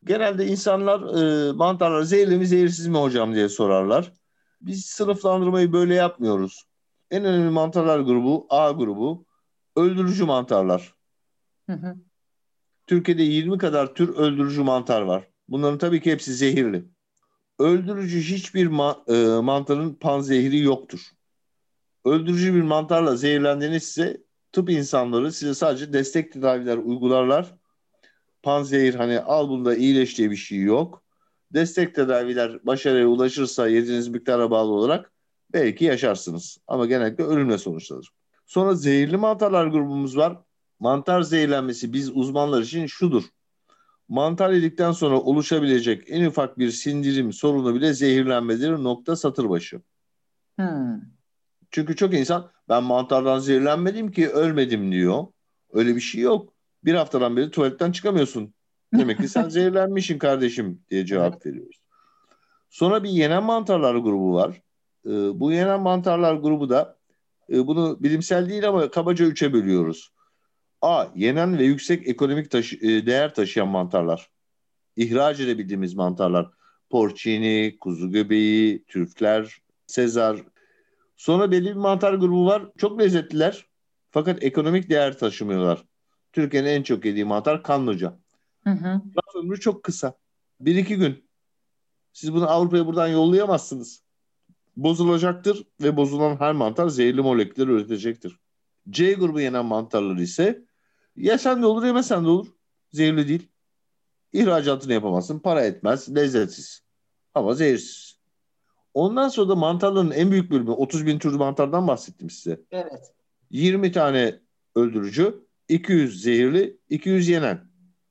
Genelde insanlar e, mantarlar zehirli mi zehirsiz mi hocam diye sorarlar. Biz sınıflandırmayı böyle yapmıyoruz. En önemli mantarlar grubu A grubu öldürücü mantarlar.
Hı hı.
Türkiye'de yirmi kadar tür öldürücü mantar var. Bunların tabii ki hepsi zehirli. Öldürücü hiçbir ma- e, mantarın panzehiri yoktur. Öldürücü bir mantarla zehirlendiğinizse tıp insanları size sadece destek tedaviler uygularlar. Panzehir hani al bunda iyileş diye bir şey yok. Destek tedaviler başarıya ulaşırsa yediğiniz miktara bağlı olarak belki yaşarsınız. Ama genellikle ölümle sonuçlanır. Sonra zehirli mantarlar grubumuz var. Mantar zehirlenmesi biz uzmanlar için şudur. Mantar yedikten sonra oluşabilecek en ufak bir sindirim sorunu bile zehirlenmedir. Nokta satır başı.
Hmm.
Çünkü çok insan ben mantardan zehirlenmedim ki ölmedim diyor. Öyle bir şey yok. Bir haftadan beri tuvaletten çıkamıyorsun. Demek ki sen zehirlenmişsin kardeşim diye
Evet.
cevap veriyoruz. Sonra bir yenen mantarlar grubu var. Ee, bu yenen mantarlar grubu da e, bunu bilimsel değil ama kabaca üçe bölüyoruz. A. Yenen ve yüksek ekonomik taşı- e, değer taşıyan mantarlar. İhraç edebildiğimiz mantarlar. Porcini, kuzu göbeği, türkler, sezar. Sonra belli bir mantar grubu var. Çok lezzetliler. Fakat ekonomik değer taşımıyorlar. Türkiye'nin en çok yediği mantar kanlıca.
Hı hı.
Raf ömrü çok kısa. Bir iki gün. Siz bunu Avrupa'ya buradan yollayamazsınız. Bozulacaktır ve bozulan her mantar zehirli molekülleri üretecektir. C grubu yenen mantarları ise yesen de olur yemesen de olur. Zehirli değil. İhracatını yapamazsın. Para etmez. Lezzetsiz. Ama zehirsiz. Ondan sonra da mantarların en büyük bölümü otuz bin tür mantardan bahsettim size.
Evet.
yirmi tane öldürücü, iki yüz zehirli, iki yüz yenen.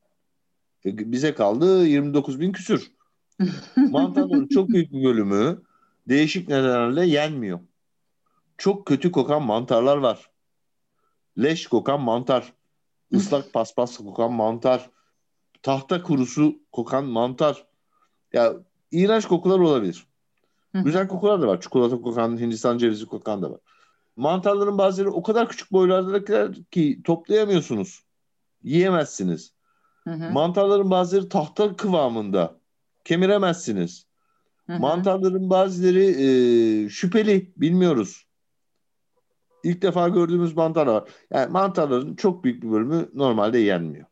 E, bize kaldı yirmi dokuz bin küsür. Mantarların çok büyük bir bölümü değişik nedenlerle yenmiyor. Çok kötü kokan mantarlar var. Leş kokan mantar, ıslak paspas kokan mantar, tahta kurusu kokan mantar. Ya iğrenç kokular olabilir. Güzel kokular da var. Çikolata kokan, Hindistan cevizi kokan da var. Mantarların bazıları o kadar küçük boylardakiler ki toplayamıyorsunuz. Yiyemezsiniz.
Hı hı.
Mantarların bazıları tahta kıvamında. Kemiremezsiniz.
Hı hı.
Mantarların bazıları e, şüpheli. Bilmiyoruz. İlk defa gördüğümüz mantarlar var. Yani mantarların çok büyük bir bölümü normalde yenmiyor.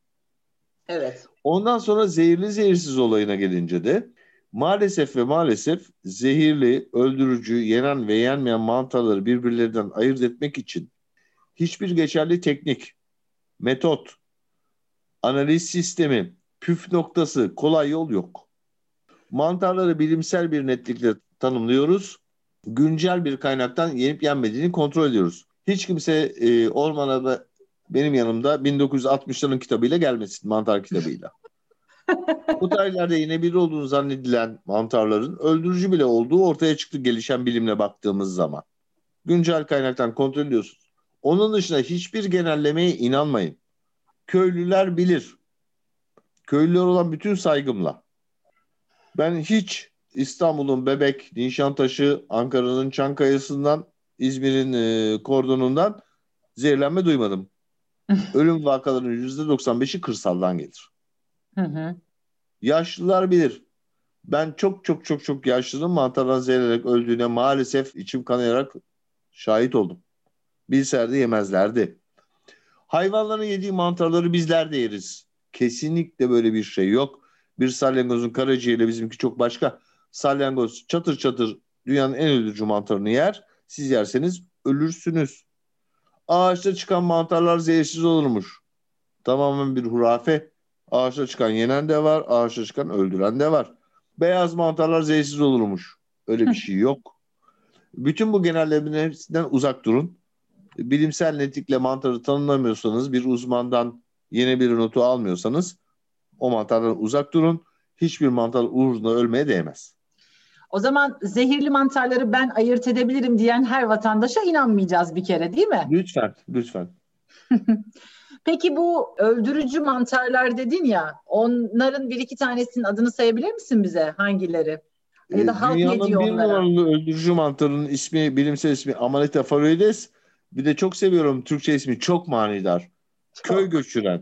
Evet.
Ondan sonra zehirli zehirsiz olayına gelince de maalesef ve maalesef zehirli, öldürücü, yenen ve yenmeyen mantarları birbirlerinden ayırt etmek için hiçbir geçerli teknik, metot, analiz sistemi, püf noktası, kolay yol yok. Mantarları bilimsel bir netlikle tanımlıyoruz. Güncel bir kaynaktan yenip yenmediğini kontrol ediyoruz. Hiç kimse e, ormana ve benim yanımda bin dokuz yüz altmışların kitabıyla gelmesin, mantar kitabıyla. Bu tarihlerde yenebilir olduğunu zannedilen mantarların öldürücü bile olduğu ortaya çıktı gelişen bilimle baktığımız zaman. Güncel kaynaktan kontrol ediyorsunuz. Onun dışında hiçbir genellemeye inanmayın. Köylüler bilir. Köylüler olan bütün saygımla. Ben hiç İstanbul'un Bebek, Nişantaşı, Ankara'nın Çankaya'sından, İzmir'in e, Kordon'undan zehirlenme duymadım. Ölüm vakalarının yüzde doksan beşi kırsaldan gelir.
Hı hı.
Yaşlılar bilir. Ben çok çok çok çok yaşlının mantardan zehirlenerek öldüğüne maalesef içim kanayarak şahit oldum. Bilselerdi yemezlerdi. Hayvanların yediği mantarları bizler de yeriz. Kesinlikle böyle bir şey yok. Bir salyangozun karaciğeriyle bizimki çok başka. Salyangoz çatır çatır dünyanın en öldürücü mantarını yer. Siz yerseniz ölürsünüz. Ağaçta çıkan mantarlar zehirsiz olurmuş. Tamamen bir hurafe. Ağaçta çıkan yenen de var, ağaçta çıkan öldüren de var. Beyaz mantarlar zehirsiz olurmuş. Öyle bir şey yok. Bütün bu genellemelerin hepsinden uzak durun. Bilimsel netlikle mantarı tanımlamıyorsanız, bir uzmandan yeni bir notu almıyorsanız o mantardan uzak durun. Hiçbir mantar uğruna ölmeye değmez.
O zaman zehirli mantarları ben ayırt edebilirim diyen her vatandaşa inanmayacağız bir kere, değil mi?
Lütfen, lütfen.
Peki bu öldürücü mantarlar dedin ya, onların bir iki tanesinin adını sayabilir misin bize? Hangileri? Ya da
E,
halk ne
dünyanın
diyor
bir
onlara?
numaralı öldürücü mantarının ismi, bilimsel ismi Amanita phalloides. Bir de çok seviyorum Türkçe ismi çok manidar. Köy
Çok.
göçüren.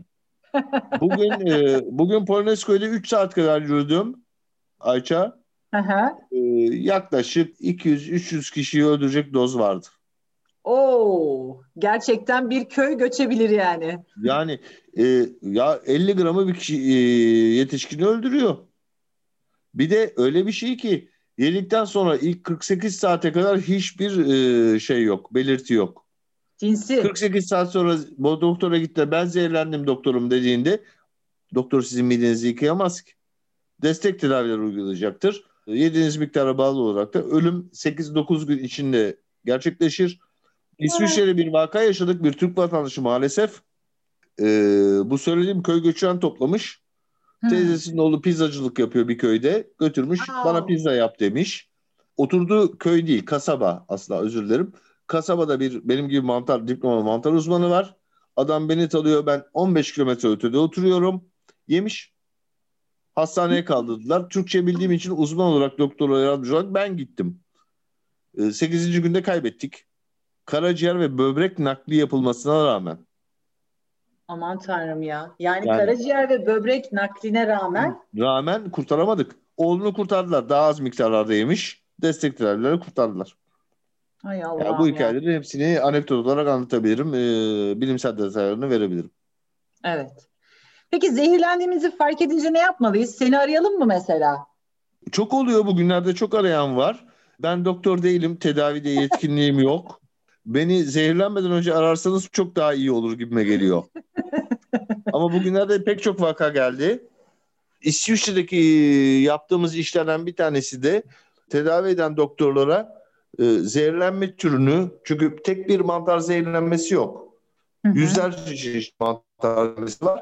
Bugün e, bugün Polonezköy'de üç saat kadar yürüdüm Ayça.
Aha.
E, yaklaşık iki yüz üç yüz kişiyi öldürecek doz vardı.
Oo, gerçekten bir köy göçebilir yani.
Yani e, ya elli gramı bir kişi e, yetişkini öldürüyor. Bir de öyle bir şey ki yedikten sonra ilk kırk sekiz saate kadar hiçbir e, şey yok, belirti yok.
Cinsi.
kırk sekiz saat sonra bu doktora gitti, ben zehirlendim doktorum dediğinde doktor sizin midenizi yıkayamaz ki. Destek tedaviler uygulayacaktır. Yediğiniz miktara bağlı olarak da ölüm sekiz dokuz gün içinde gerçekleşir. İsviçre'de bir vaka yaşadık. Bir Türk vatandaşı maalesef e, bu söylediğim köy göçmen toplamış.
Hmm.
Teyzesinin oğlu pizzacılık yapıyor bir köyde. Götürmüş, bana
Aa,
pizza yap demiş. Oturduğu köy değil, kasaba, aslında özür dilerim. Kasabada bir benim gibi mantar diploma mantar uzmanı var. Adam beni tanıyor, ben on beş kilometre ötede oturuyorum. Yemiş. Hastaneye kaldırdılar. Türkçe bildiğim için uzman olarak, doktora yardımcı olarak ben gittim. Ee, sekizinci günde kaybettik. Karaciğer ve böbrek nakli yapılmasına rağmen.
aman tanrım ya. Yani
Yani
karaciğer ve böbrek nakline rağmen.
rağmen kurtaramadık. Oğlunu kurtardılar. Daha az miktarlarda yemiş. Destek tedavileri kurtardılar.
Hay
Ya bu
Allah'ım ya.
hikayelerin hepsini anekdot olarak anlatabilirim. Ee, bilimsel detaylarını verebilirim.
Evet. Peki zehirlendiğimizi fark edince ne yapmalıyız? Seni arayalım mı mesela?
Çok oluyor, bugünlerde çok arayan var. Ben doktor değilim, tedavide yetkinliğim yok. Beni zehirlenmeden önce ararsanız çok daha iyi olur gibime geliyor. Ama bugünlerde pek çok vaka geldi. İsviçre'deki yaptığımız işlerden bir tanesi de tedavi eden doktorlara e, zehirlenme türünü, çünkü tek bir mantar zehirlenmesi yok.
Hı hı.
Yüzlerce çeşit mantar zehirlenmesi var.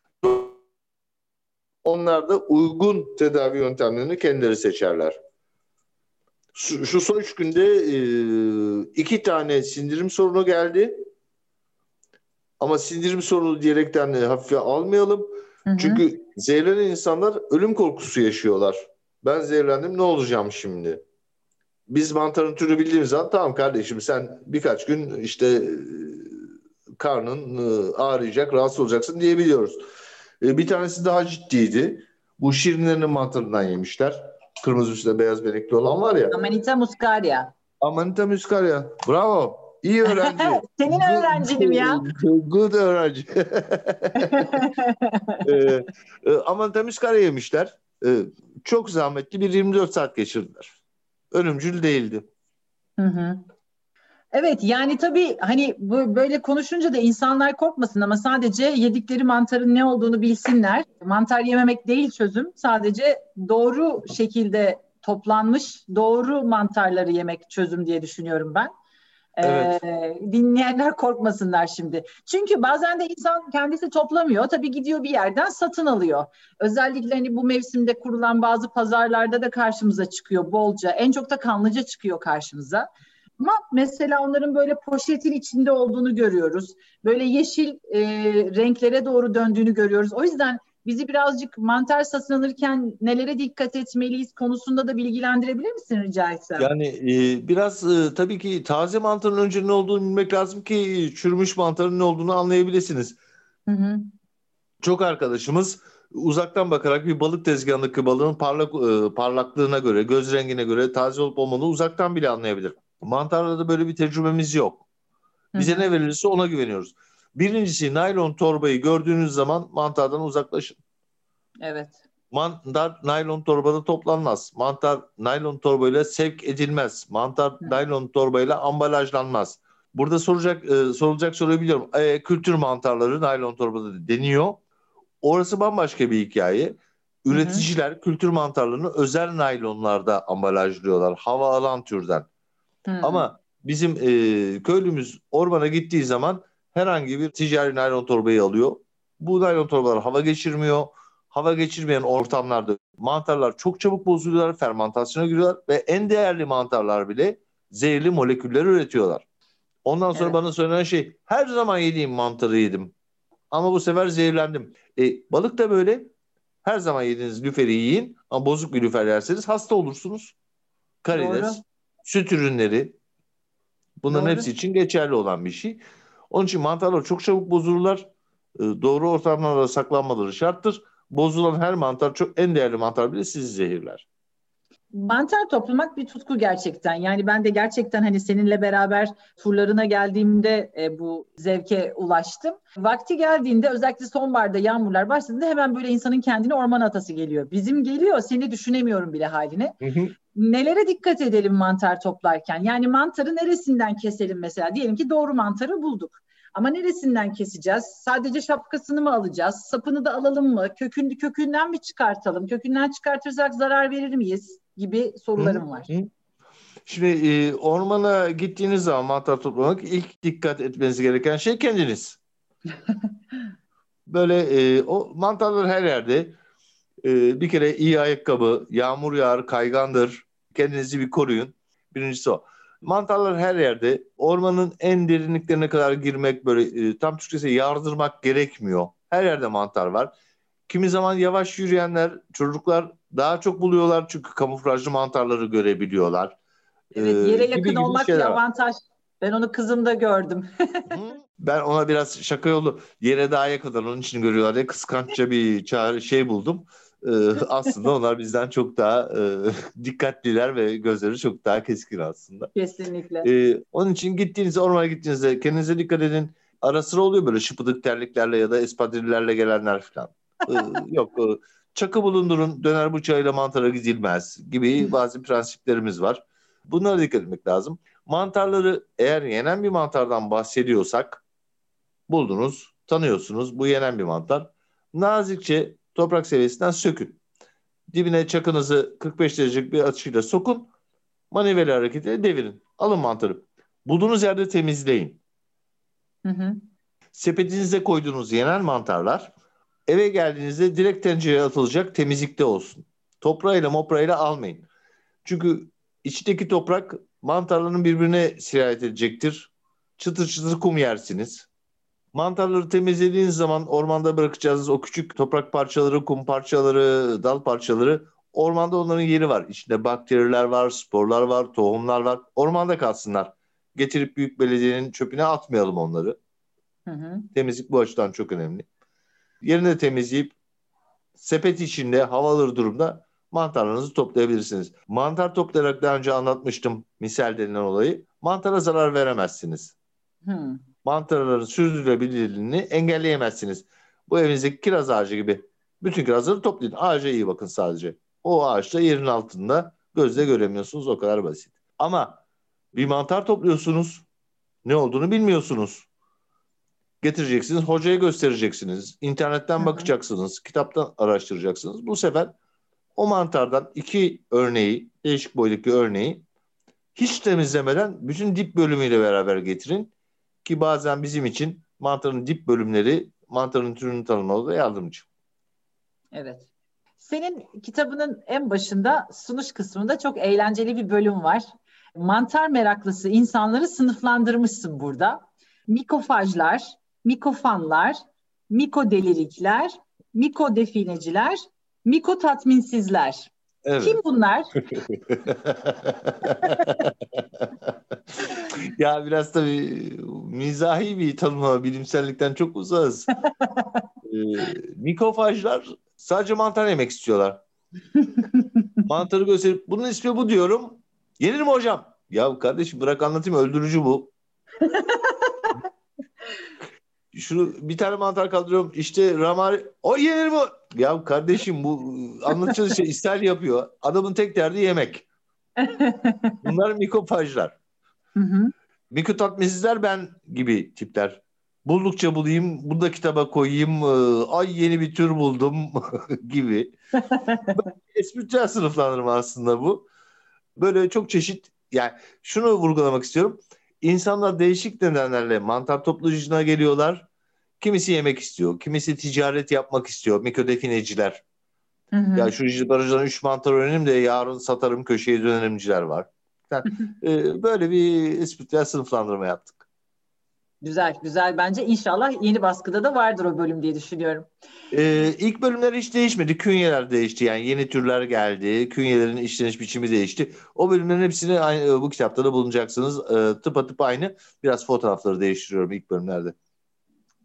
Onlar da uygun tedavi yöntemlerini kendileri seçerler. Şu, şu son üç günde e, iki tane sindirim sorunu geldi. Ama sindirim sorunu diyerekten de hafife almayalım.
Hı hı.
Çünkü zehirlenen insanlar ölüm korkusu yaşıyorlar. Ben zehirlendim, ne olacağım şimdi? Biz mantarın türü bildiğimiz zaman tamam kardeşim, sen birkaç gün işte e, karnın e, ağrıyacak, rahatsız olacaksın diyebiliyoruz. E, bir tanesi daha ciddiydi. Bu şirinlerin mantarından yemişler. Kırmızı üstünde beyaz benekli olan var ya.
Amanita muscaria.
Amanita muscaria. Bravo. İyi öğrenci.
Senin
Good,
öğrencinim ya.
good öğrenci. Ee, e, Amanita muscaria yemişler. Ee, çok zahmetli bir yirmi dört saat geçirdiler. Ölümcül değildi.
Hı hı. Evet yani tabii hani bu, böyle konuşunca da insanlar korkmasın ama sadece yedikleri mantarın ne olduğunu bilsinler. Mantar yememek değil çözüm. Sadece doğru şekilde toplanmış doğru mantarları yemek çözüm diye düşünüyorum ben. Ee,
Evet.
dinleyenler korkmasınlar şimdi. Çünkü bazen de insan kendisi toplamıyor. Tabii gidiyor bir yerden satın alıyor. Özellikle hani bu mevsimde kurulan bazı pazarlarda da karşımıza çıkıyor bolca. En çok da kanlıca çıkıyor karşımıza. Ama mesela onların böyle poşetin içinde olduğunu görüyoruz. Böyle yeşil e, renklere doğru döndüğünü görüyoruz. O yüzden bizi birazcık mantar satın alırken nelere dikkat etmeliyiz konusunda da bilgilendirebilir misin rica etsem?
Yani e, biraz e, tabii ki taze mantarın önce ne olduğunu bilmek lazım ki çürümüş mantarın ne olduğunu anlayabilirsiniz.
Hı hı.
Çok arkadaşımız uzaktan bakarak bir balık tezgahındaki balığın parlak e, parlaklığına göre, göz rengine göre taze olup olmadığını uzaktan bile anlayabilir. Mantarlarda böyle bir tecrübemiz yok.
Hı
Bize
hı.
ne verilirse ona güveniyoruz. Birincisi, naylon torbayı gördüğünüz zaman mantardan uzaklaşın.
Evet.
Mantar naylon torbada toplanmaz. Mantar naylon torbayla sevk edilmez. Mantar
Hı.
naylon torbayla ambalajlanmaz. Burada soracak e, sorulacak soruyu biliyorum. E, kültür mantarları naylon torbada deniyor. Orası bambaşka bir hikaye.
Hı hı.
Üreticiler kültür mantarlarını özel naylonlarda ambalajlıyorlar. Hava alan türden.
Hı.
Ama bizim e, köylümüz ormana gittiği zaman herhangi bir ticari naylon torbayı alıyor. Bu naylon torbalar hava geçirmiyor. Hava geçirmeyen ortamlarda mantarlar çok çabuk bozuluyorlar, fermentasyona giriyorlar ve en değerli mantarlar bile zehirli moleküller üretiyorlar. Ondan sonra
Evet.
bana söylenen şey, her zaman yediğim mantarı yedim ama bu sefer zehirlendim. E, balık da böyle. Her zaman yediğiniz lüferi yiyin ama bozuk bir lüfer yerseniz hasta olursunuz.
Doğru.
Karides, süt ürünleri, bunların
Doğru.
hepsi için geçerli olan bir şey. Onun için mantarlar çok çabuk bozulurlar. e, doğru ortamlarda saklanmaları şarttır. Bozulan her mantar, çok en değerli mantar bile sizi zehirler.
Mantar toplamak bir tutku gerçekten. Yani ben de gerçekten hani seninle beraber turlarına geldiğimde e, bu zevke ulaştım. Vakti geldiğinde özellikle sonbaharda yağmurlar başladığında hemen böyle insanın kendine orman atası geliyor. Bizim geliyor, seni düşünemiyorum bile haline.
Hı hı.
Nelere dikkat edelim mantar toplarken? Yani mantarı neresinden keselim mesela? Diyelim ki doğru mantarı bulduk. Ama neresinden keseceğiz? Sadece şapkasını mı alacağız? Sapını da alalım mı? Kökün, kökünden mi çıkartalım? Kökünden çıkartırsak zarar verir miyiz? Gibi
Hı hı.
sorularım var.
Şimdi e, ormana gittiğiniz zaman mantar toplamak ilk dikkat etmeniz gereken şey kendiniz. Böyle e, o mantarlar her yerde. E, bir kere iyi ayakkabı, yağmur yağar, kaygandır. Kendinizi bir koruyun. Birincisi o. Mantarlar her yerde. Ormanın en derinliklerine kadar girmek böyle e, tam Türkçesi yardırmak gerekmiyor. Her yerde mantar var. Kimi zaman yavaş yürüyenler, çocuklar daha çok buluyorlar çünkü kamuflajlı mantarları görebiliyorlar.
Evet,
E,
yere
gibi
yakın
gibi
olmak bir
şeyler var.
avantaj. Ben onu kızımda gördüm.
Hı. Ben ona biraz şaka yolu yere daha yakın onun için görüyorlar diye kıskançça bir çağrı şey buldum. Ee, aslında onlar bizden çok daha e, dikkatliler ve gözleri çok daha keskin aslında.
Kesinlikle.
Ee, onun için gittiğinizde ormana gittiğinizde kendinize dikkat edin. Ara sıra oluyor böyle şıpıdık terliklerle ya da espadrillerle gelenler falan. Ee, yok e, çakı bulundurun döner bıçağıyla mantara gidilmez gibi bazı prensiplerimiz var. Bunlara dikkat etmek lazım. Mantarları eğer yenen bir mantardan bahsediyorsak buldunuz, tanıyorsunuz bu yenen bir mantar. Nazikçe toprak seviyesinden sökün. Dibine çakınızı kırk beş derecelik bir açıyla sokun. Maniveli hareketiyle devirin. Alın mantarı. Bulduğunuz yerde temizleyin.
Hı hı.
Sepetinize koyduğunuz yenen mantarlar eve geldiğinizde direkt tencereye atılacak temizlikte olsun. Toprağıyla moprağıyla almayın. Çünkü içindeki toprak mantarların birbirine sirayet edecektir. Çıtır çıtır kum yersiniz. Mantarları temizlediğiniz zaman ormanda bırakacağınız o küçük toprak parçaları, kum parçaları, dal parçaları ormanda onların yeri var. İçinde bakteriler var, sporlar var, tohumlar var. Ormanda kalsınlar. Getirip büyük belediyenin çöpüne atmayalım onları.
Hı hı.
Temizlik bu açıdan çok önemli. Yerini temizleyip sepet içinde havalı durumda mantarlarınızı toplayabilirsiniz. Mantar toplayarak daha önce anlatmıştım misal denilen olayı. Mantara zarar veremezsiniz.
Hı.
Mantarların sürdürülebilirliğini engelleyemezsiniz. Bu evinizdeki kiraz ağacı gibi. Bütün kirazları toplayın. Ağaca iyi bakın sadece. O ağaçta yerin altında gözle göremiyorsunuz. O kadar basit. Ama bir mantar topluyorsunuz. Ne olduğunu bilmiyorsunuz. Getireceksiniz, hocaya göstereceksiniz.
Hı
İnternetten
hı.
bakacaksınız. Kitaptan araştıracaksınız. Bu sefer o mantardan iki örneği, değişik boydaki örneği hiç temizlemeden bütün dip bölümüyle beraber getirin. Ki bazen bizim için mantarın dip bölümleri mantarın türünü tanımlamada yardımcı.
Evet. Senin kitabının en başında sunuş kısmında çok eğlenceli bir bölüm var. Mantar meraklısı insanları sınıflandırmışsın burada. Mikofajlar, mikofanlar, mikodelirikler, mikodefineciler, mikotatminsizler. Kim
Evet.
bunlar?
Ya biraz tabii mizahi bir tanımlama, bilimsellikten çok uzağız. Ee, mikofajlar sadece mantar yemek istiyorlar. Mantarı gösterip bunun ismi bu diyorum. Yenir mi hocam? Ya kardeşim bırak anlatayım, öldürücü bu. Şunu bir tane mantar kaldırıyorum. İşte ramar o yenir mi? Ya kardeşim bu anlatacağı şey ishal yapıyor. Adamın tek derdi yemek. Bunlar mikofajlar.
Hı hı.
Mikotatmizler ben gibi tipler. Buldukça bulayım, bunu da kitaba koyayım. e, Ay yeni bir tür buldum gibi. Espritüel sınıflandırma aslında bu. Böyle çok çeşit, yani şunu vurgulamak istiyorum. İnsanlar değişik nedenlerle mantar toplayıcına geliyorlar. Kimisi yemek istiyor, kimisi ticaret yapmak istiyor. Mikodefineciler.
Hı hı.
Ya şu barajdan üç mantar öğrenim de yarın satarım köşeye dönerimciler var. Yani, e, böyle bir espritüel sınıflandırma yaptık.
Güzel, güzel. Bence inşallah yeni baskıda da vardır o bölüm diye düşünüyorum.
Ee, ilk bölümler hiç değişmedi. Künyeler değişti. Yani yeni türler geldi. Künyelerin işleniş biçimi değişti. O bölümlerin hepsini aynı, bu kitapta da bulunacaksınız. Ee, tıpatıp aynı. Biraz fotoğrafları değiştiriyorum ilk bölümlerde.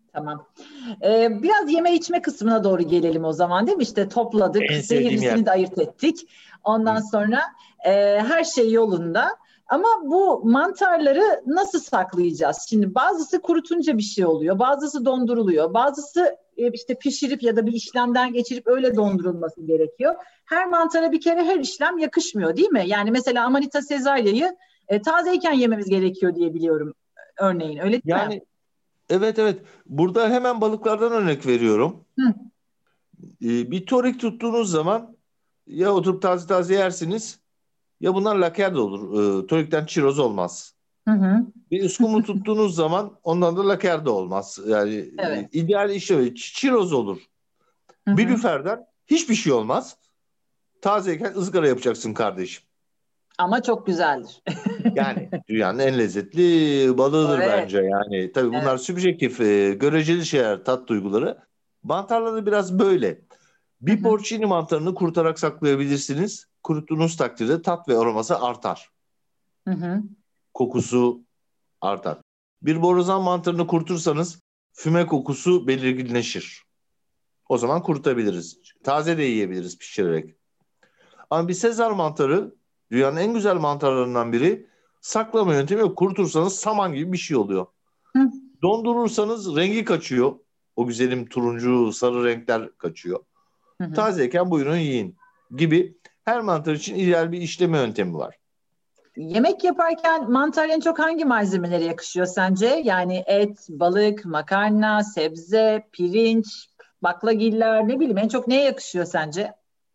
Tamam. Ee, biraz yeme içme kısmına doğru gelelim o zaman, değil mi? İşte topladık,
En sevdiğim yer.
zehirlisini de ayırt ettik. Ondan
Hı.
sonra e, her şey yolunda. Ama bu mantarları nasıl saklayacağız? Şimdi bazısı kurutunca bir şey oluyor, bazısı donduruluyor, bazısı e, işte pişirip ya da bir işlemden geçirip öyle dondurulması gerekiyor. Her mantara bir kere her işlem yakışmıyor, değil mi? Yani mesela Amanita Caesarea'yı e, tazeyken yememiz gerekiyor diye biliyorum örneğin. Öyle değil mi?
Yani evet evet. Burada hemen balıklardan örnek veriyorum.
Hı.
Ee, bir torik tuttuğunuz zaman ya oturup taze taze yersiniz ya bunlar laker de olur. Ee, torikten çiroz olmaz.
Hı hı.
Bir uskumru tuttuğunuz zaman ondan da laker de olmaz. Yani e,
Evet.
ideal işte ç- çiroz olur.
Hı
Bir
hı.
lüferden hiçbir şey olmaz. Tazeyken ızgara yapacaksın kardeşim.
Ama çok güzeldir.
Yani dünyanın en lezzetli balığıdır
Evet,
bence yani. Tabii bunlar
evet.
sübjektif, e, göreceli şeyler, tat duyguları. Mantarları biraz böyle.
Hı
Bir
hı.
porcini mantarını kurutarak saklayabilirsiniz. Kuruttuğunuz takdirde tat ve aroması artar.
Hı hı.
Kokusu artar. Bir borazan mantarını kurutursanız füme kokusu belirginleşir. O zaman kurutabiliriz. Taze de yiyebiliriz pişirerek. Ama bir Sezar mantarı dünyanın en güzel mantarlarından biri. Saklama yöntemi yok. Kurutursanız saman gibi bir şey oluyor.
Hı
Dondurursanız rengi kaçıyor. O güzelim turuncu, sarı renkler kaçıyor.
hı. Hı.
Tazeyken buyurun yiyin gibi her mantar için ideal bir işleme yöntemi var.
Yemek yaparken mantar en çok hangi malzemelere yakışıyor sence? Yani et, balık, makarna, sebze, pirinç, baklagiller, ne bileyim en çok neye yakışıyor sence?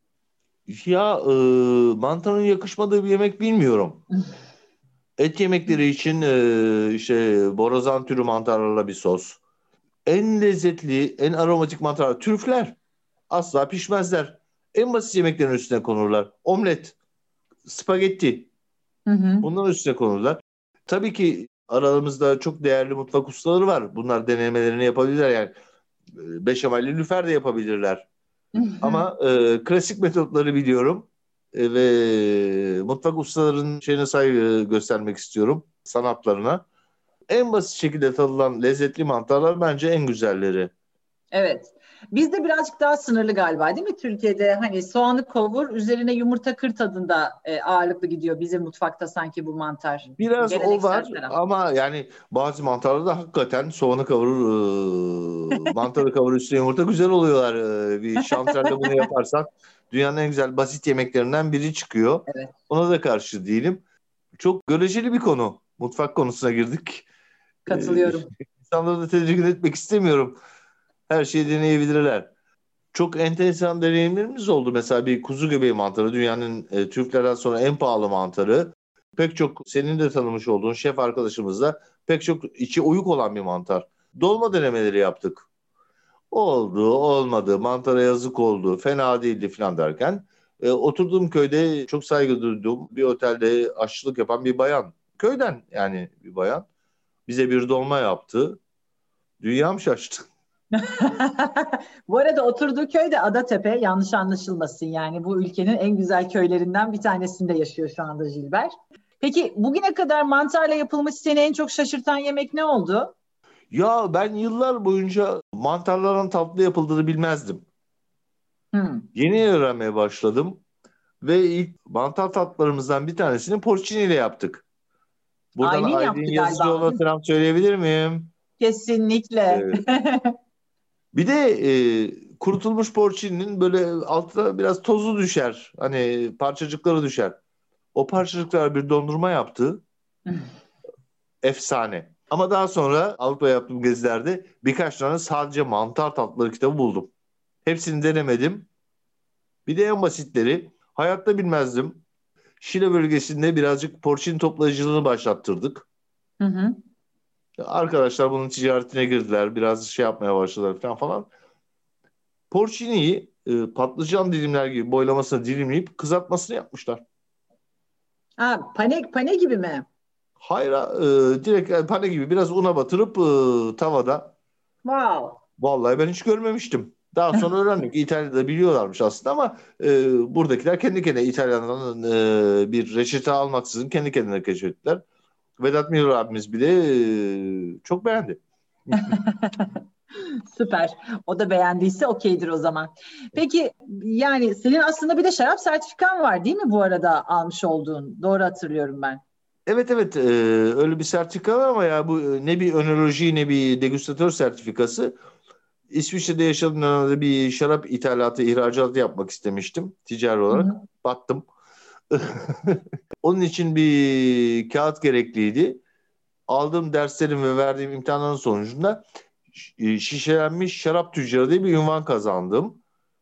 Ya e, mantarın yakışmadığı bir yemek bilmiyorum. Et yemekleri için e, işte borazan türü mantarlarla bir sos. En lezzetli, en aromatik mantarlar trüfler. Asla pişmezler. En basit yemeklerin üstüne konurlar. Omlet, spagetti.
Hı hı.
Bunların üstüne konurlar. Tabii ki aramızda çok değerli mutfak ustaları var. Bunlar denemelerini yapabilirler. Yani e, beşamelli lüfer de yapabilirler.
Hı hı.
Ama e, klasik metotları biliyorum. E, ve mutfak ustalarının şeyine saygı göstermek istiyorum. Sanatlarına. En basit şekilde tadılan lezzetli mantarlar bence en güzelleri.
Evet. Bizde birazcık daha sınırlı galiba, değil mi? Türkiye'de hani soğanı kavur, üzerine yumurta kır tadında e, ağırlıklı gidiyor bizim mutfakta sanki bu mantar.
Biraz o
Geleneksel
var
taraf.
ama yani bazı mantarlar da hakikaten soğanı kavurur, e, mantarı kavurur üstüne yumurta güzel oluyorlar. E, bir şantrelle bunu yaparsan dünyanın en güzel basit yemeklerinden biri çıkıyor.
Evet,
Ona da karşı değilim. Çok göreceli bir konu. Mutfak konusuna girdik. E,
katılıyorum.
insanları da tedirgin etmek istemiyorum. Her şeyi deneyebilirler. Çok enteresan deneyimlerimiz oldu. Mesela bir kuzu göbeği mantarı dünyanın e, Türklerden sonra en pahalı mantarı. Pek çok senin de tanımış olduğun şef arkadaşımızla pek çok içi oyuk olan bir mantar. Dolma denemeleri yaptık. Oldu, olmadı, mantara yazık oldu, fena değildi falan derken e, oturduğum köyde çok saygı duyduğum bir otelde aşçılık yapan bir bayan. Köyden yani bir bayan. Bize bir dolma yaptı. Dünyam şaştı.
Bu arada oturduğu köy de Adatepe, yanlış anlaşılmasın. Yani bu ülkenin en güzel köylerinden bir tanesinde yaşıyor şu anda Jilber. Peki bugüne kadar mantarla yapılmış seni en çok şaşırtan yemek ne oldu?
Ya ben yıllar boyunca mantarların tatlı yapıldığını bilmezdim.
Hmm.
Yeni öğrenmeye başladım ve ilk mantar tatlılarımızdan bir tanesini porcini ile yaptık. Buradan
Aylin
Aylin
yaptı galiba ama,
Yazıcıoğlu'na
değil mi?
selam söyleyebilir miyim?
Kesinlikle.
Evet. Bir de e, kurutulmuş porcinin böyle altına biraz tozu düşer. Hani parçacıkları düşer. O parçacıklar bir dondurma yaptı. Efsane. Ama daha sonra Avrupa'ya yaptığım gezilerde birkaç tane sadece mantar tatlıları kitabı buldum. Hepsini denemedim. Bir de en basitleri hayatta bilmezdim. Şile bölgesinde birazcık porçin toplayıcılığını başlattırdık.
Hı hı.
Arkadaşlar bunun ticaretine girdiler. Biraz şey yapmaya başladılar falan falan. Porcini'yi e, patlıcan dilimler gibi boylamasına dilimleyip kızartmasını yapmışlar.
Ha, pane, pane gibi mi?
Hayır, e, direkt yani pane gibi biraz una batırıp e, tavada.
Wow.
Vallahi ben hiç görmemiştim. Daha sonra öğrendik. İtalya'da biliyorlarmış aslında ama e, buradakiler kendi kendine İtalyan'dan e, bir reçete almaksızın kendi kendine keşfettiler. Vedat Milor abimiz bile e, çok beğendi.
Süper. O da beğendiyse okeydir o zaman. Peki yani senin aslında bir de şarap sertifikan var değil mi bu arada almış olduğun? Doğru hatırlıyorum ben.
Evet evet, e, öyle bir sertifika var ama ya bu e, ne bir önoloji ne bir degüstatör sertifikası. İsviçre'de yaşadığım dönemde bir şarap ithalatı, ihracatı yapmak istemiştim ticari
Hı
olarak.
hı.
Battım. Onun için bir kağıt gerekliydi. Aldığım derslerin ve verdiğim imtihanların sonucunda ş- şişelenmiş şarap tüccarı diye bir ünvan kazandım.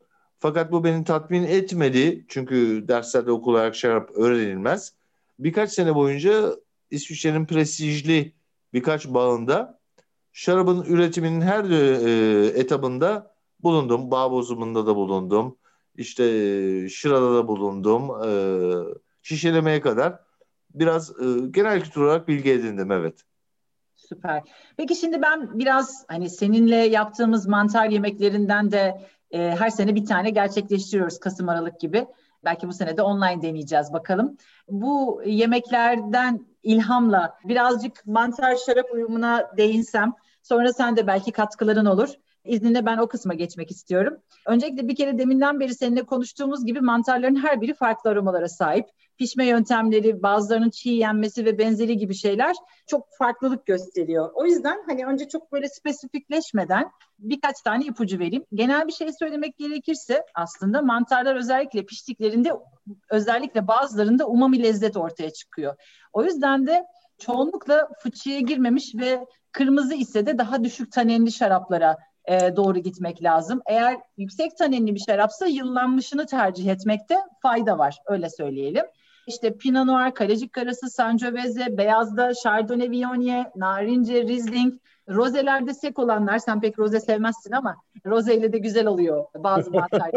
Fakat bu beni tatmin etmedi. Çünkü derslerde okul olarak şarap öğrenilmez. Birkaç sene boyunca İsviçre'nin prestijli birkaç bağında şarabın üretiminin her e, etabında bulundum. Bağ bozumunda da bulundum. İşte e, şırada da bulundum. E, şişelemeye kadar biraz e, genel kültür olarak bilgi edindim, evet.
Süper. Peki şimdi ben biraz hani seninle yaptığımız mantar yemeklerinden de e, her sene bir tane gerçekleştiriyoruz Kasım Aralık gibi. Belki bu sene de online deneyeceğiz bakalım. Bu yemeklerden ilhamla birazcık mantar şarap uyumuna değinsem, sonra sen de belki katkıların olur. İzninle ben o kısma geçmek istiyorum. Öncelikle bir kere deminden beri seninle konuştuğumuz gibi mantarların her biri farklı aromalara sahip. Pişme yöntemleri, bazılarının çiğ yenmesi ve benzeri gibi şeyler çok farklılık gösteriyor. O yüzden hani önce çok böyle spesifikleşmeden birkaç tane ipucu vereyim. Genel bir şey söylemek gerekirse aslında mantarlar özellikle piştiklerinde, özellikle bazılarında umami lezzet ortaya çıkıyor. O yüzden de çoğunlukla fıçıya girmemiş ve kırmızı ise de daha düşük tanenli şaraplara e, doğru gitmek lazım. Eğer yüksek tanenli bir şarapsa yıllanmışını tercih etmekte fayda var, öyle söyleyelim. İşte Pinot Noir, Kalecik Karası, Sangiovese, beyazda Chardonnay, Viognier, Narince, Riesling, rozelerde sek olanlar, sen pek roze sevmezsin ama rozeyle de güzel oluyor bazı mantar.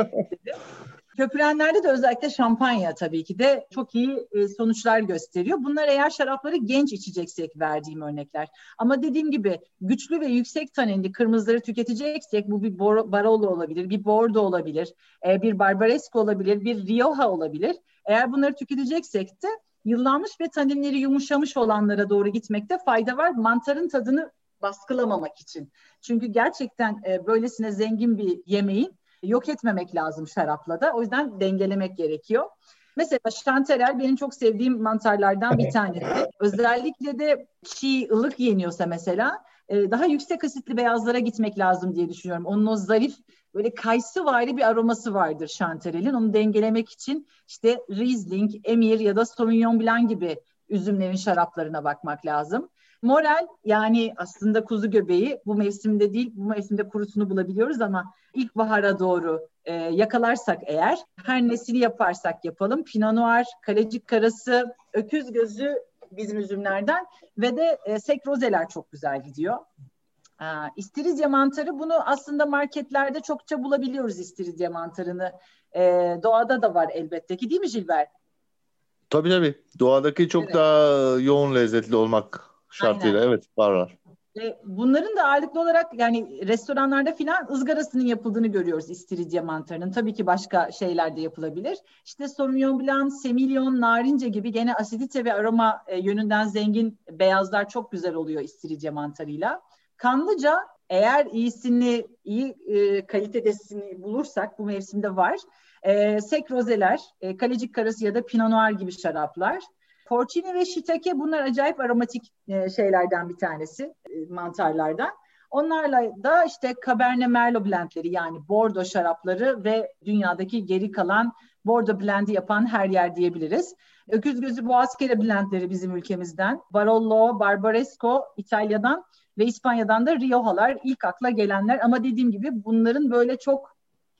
Köpürenlerde de özellikle şampanya tabii ki de çok iyi e, sonuçlar gösteriyor. Bunlar eğer şarapları genç içeceksek verdiğim örnekler. Ama dediğim gibi güçlü ve yüksek tanenli kırmızıları tüketeceksek bu bir Barolo olabilir, bir Bordeaux olabilir, e, bir Barbaresco olabilir, bir Rioja olabilir. Eğer bunları tüketeceksek de yıllanmış ve taninleri yumuşamış olanlara doğru gitmekte fayda var. Mantarın tadını baskılamamak için. Çünkü gerçekten e, böylesine zengin bir yemeğin yok etmemek lazım şarapla da. O yüzden dengelemek gerekiyor. Mesela şanterel benim çok sevdiğim mantarlardan bir tanesi. Özellikle de çiğ, ılık yeniyorsa mesela daha yüksek asitli beyazlara gitmek lazım diye düşünüyorum. Onun o zarif böyle kayısıvari bir aroması vardır şanterelin. Onu dengelemek için işte Riesling, Emir ya da Sauvignon Blanc gibi üzümlerin şaraplarına bakmak lazım. Morel yani aslında kuzu göbeği bu mevsimde değil, bu mevsimde kurusunu bulabiliyoruz ama ilkbahara doğru e, yakalarsak eğer, her nesini yaparsak yapalım. Pinot Noir, Kalecik Karası, Öküz Gözü bizim üzümlerden ve de e, sek rozeler çok güzel gidiyor. E, İstiridye mantarı, bunu aslında marketlerde çokça bulabiliyoruz istiridye mantarını. E, doğada da var elbette ki, değil mi Jilber?
Tabii tabii. Doğadaki çok
Evet.
daha yoğun lezzetli olmak şartıyla.
Aynen.
Evet, var var.
Bunların da ağırlıklı olarak yani restoranlarda filan ızgarasının yapıldığını görüyoruz istiridye mantarının. Tabii ki başka şeyler de yapılabilir. İşte Sauvignon Blanc, Semillon, Narince gibi gene asidite ve aroma yönünden zengin beyazlar çok güzel oluyor istiridye mantarıyla. Kanlıca, eğer iyisini, iyi e, kalitedesini bulursak, bu mevsimde var. E, sek rozeler, e, Kalecik Karası ya da Pinot Noir gibi şaraplar. Porcini ve shiitake, bunlar acayip aromatik e, şeylerden bir tanesi, e, mantarlardan. Onlarla da işte Cabernet Merlot blendleri, yani Bordeaux şarapları ve dünyadaki geri kalan Bordeaux blendi yapan her yer diyebiliriz. Öküz Gözü Boğazkere blendleri bizim ülkemizden. Barolo, Barbaresco İtalya'dan ve İspanya'dan da Rioja'lar ilk akla gelenler. Ama dediğim gibi bunların böyle çok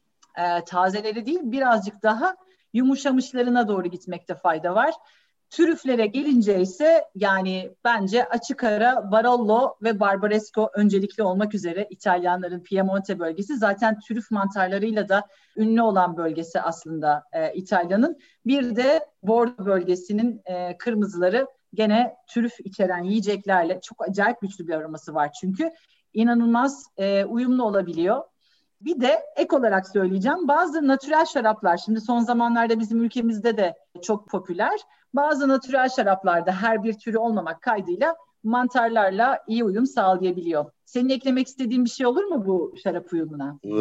e, tazeleri değil, birazcık daha yumuşamışlarına doğru gitmekte fayda var. Trüflere gelince ise yani bence açık ara Barolo ve Barbaresco öncelikli olmak üzere İtalyanların Piemonte bölgesi, zaten trüf mantarlarıyla da ünlü olan bölgesi aslında e, İtalya'nın. Bir de Bordeaux bölgesinin e, kırmızıları gene trüf içeren yiyeceklerle çok acayip güçlü bir aroması var çünkü inanılmaz e, uyumlu olabiliyor. Bir de ek olarak söyleyeceğim, bazı natürel şaraplar şimdi son zamanlarda bizim ülkemizde de çok popüler. Bazı natürel şaraplarda her bir türü olmamak kaydıyla mantarlarla iyi uyum sağlayabiliyor. Senin eklemek istediğin bir şey olur mu bu şarap uyumuna?
Ee,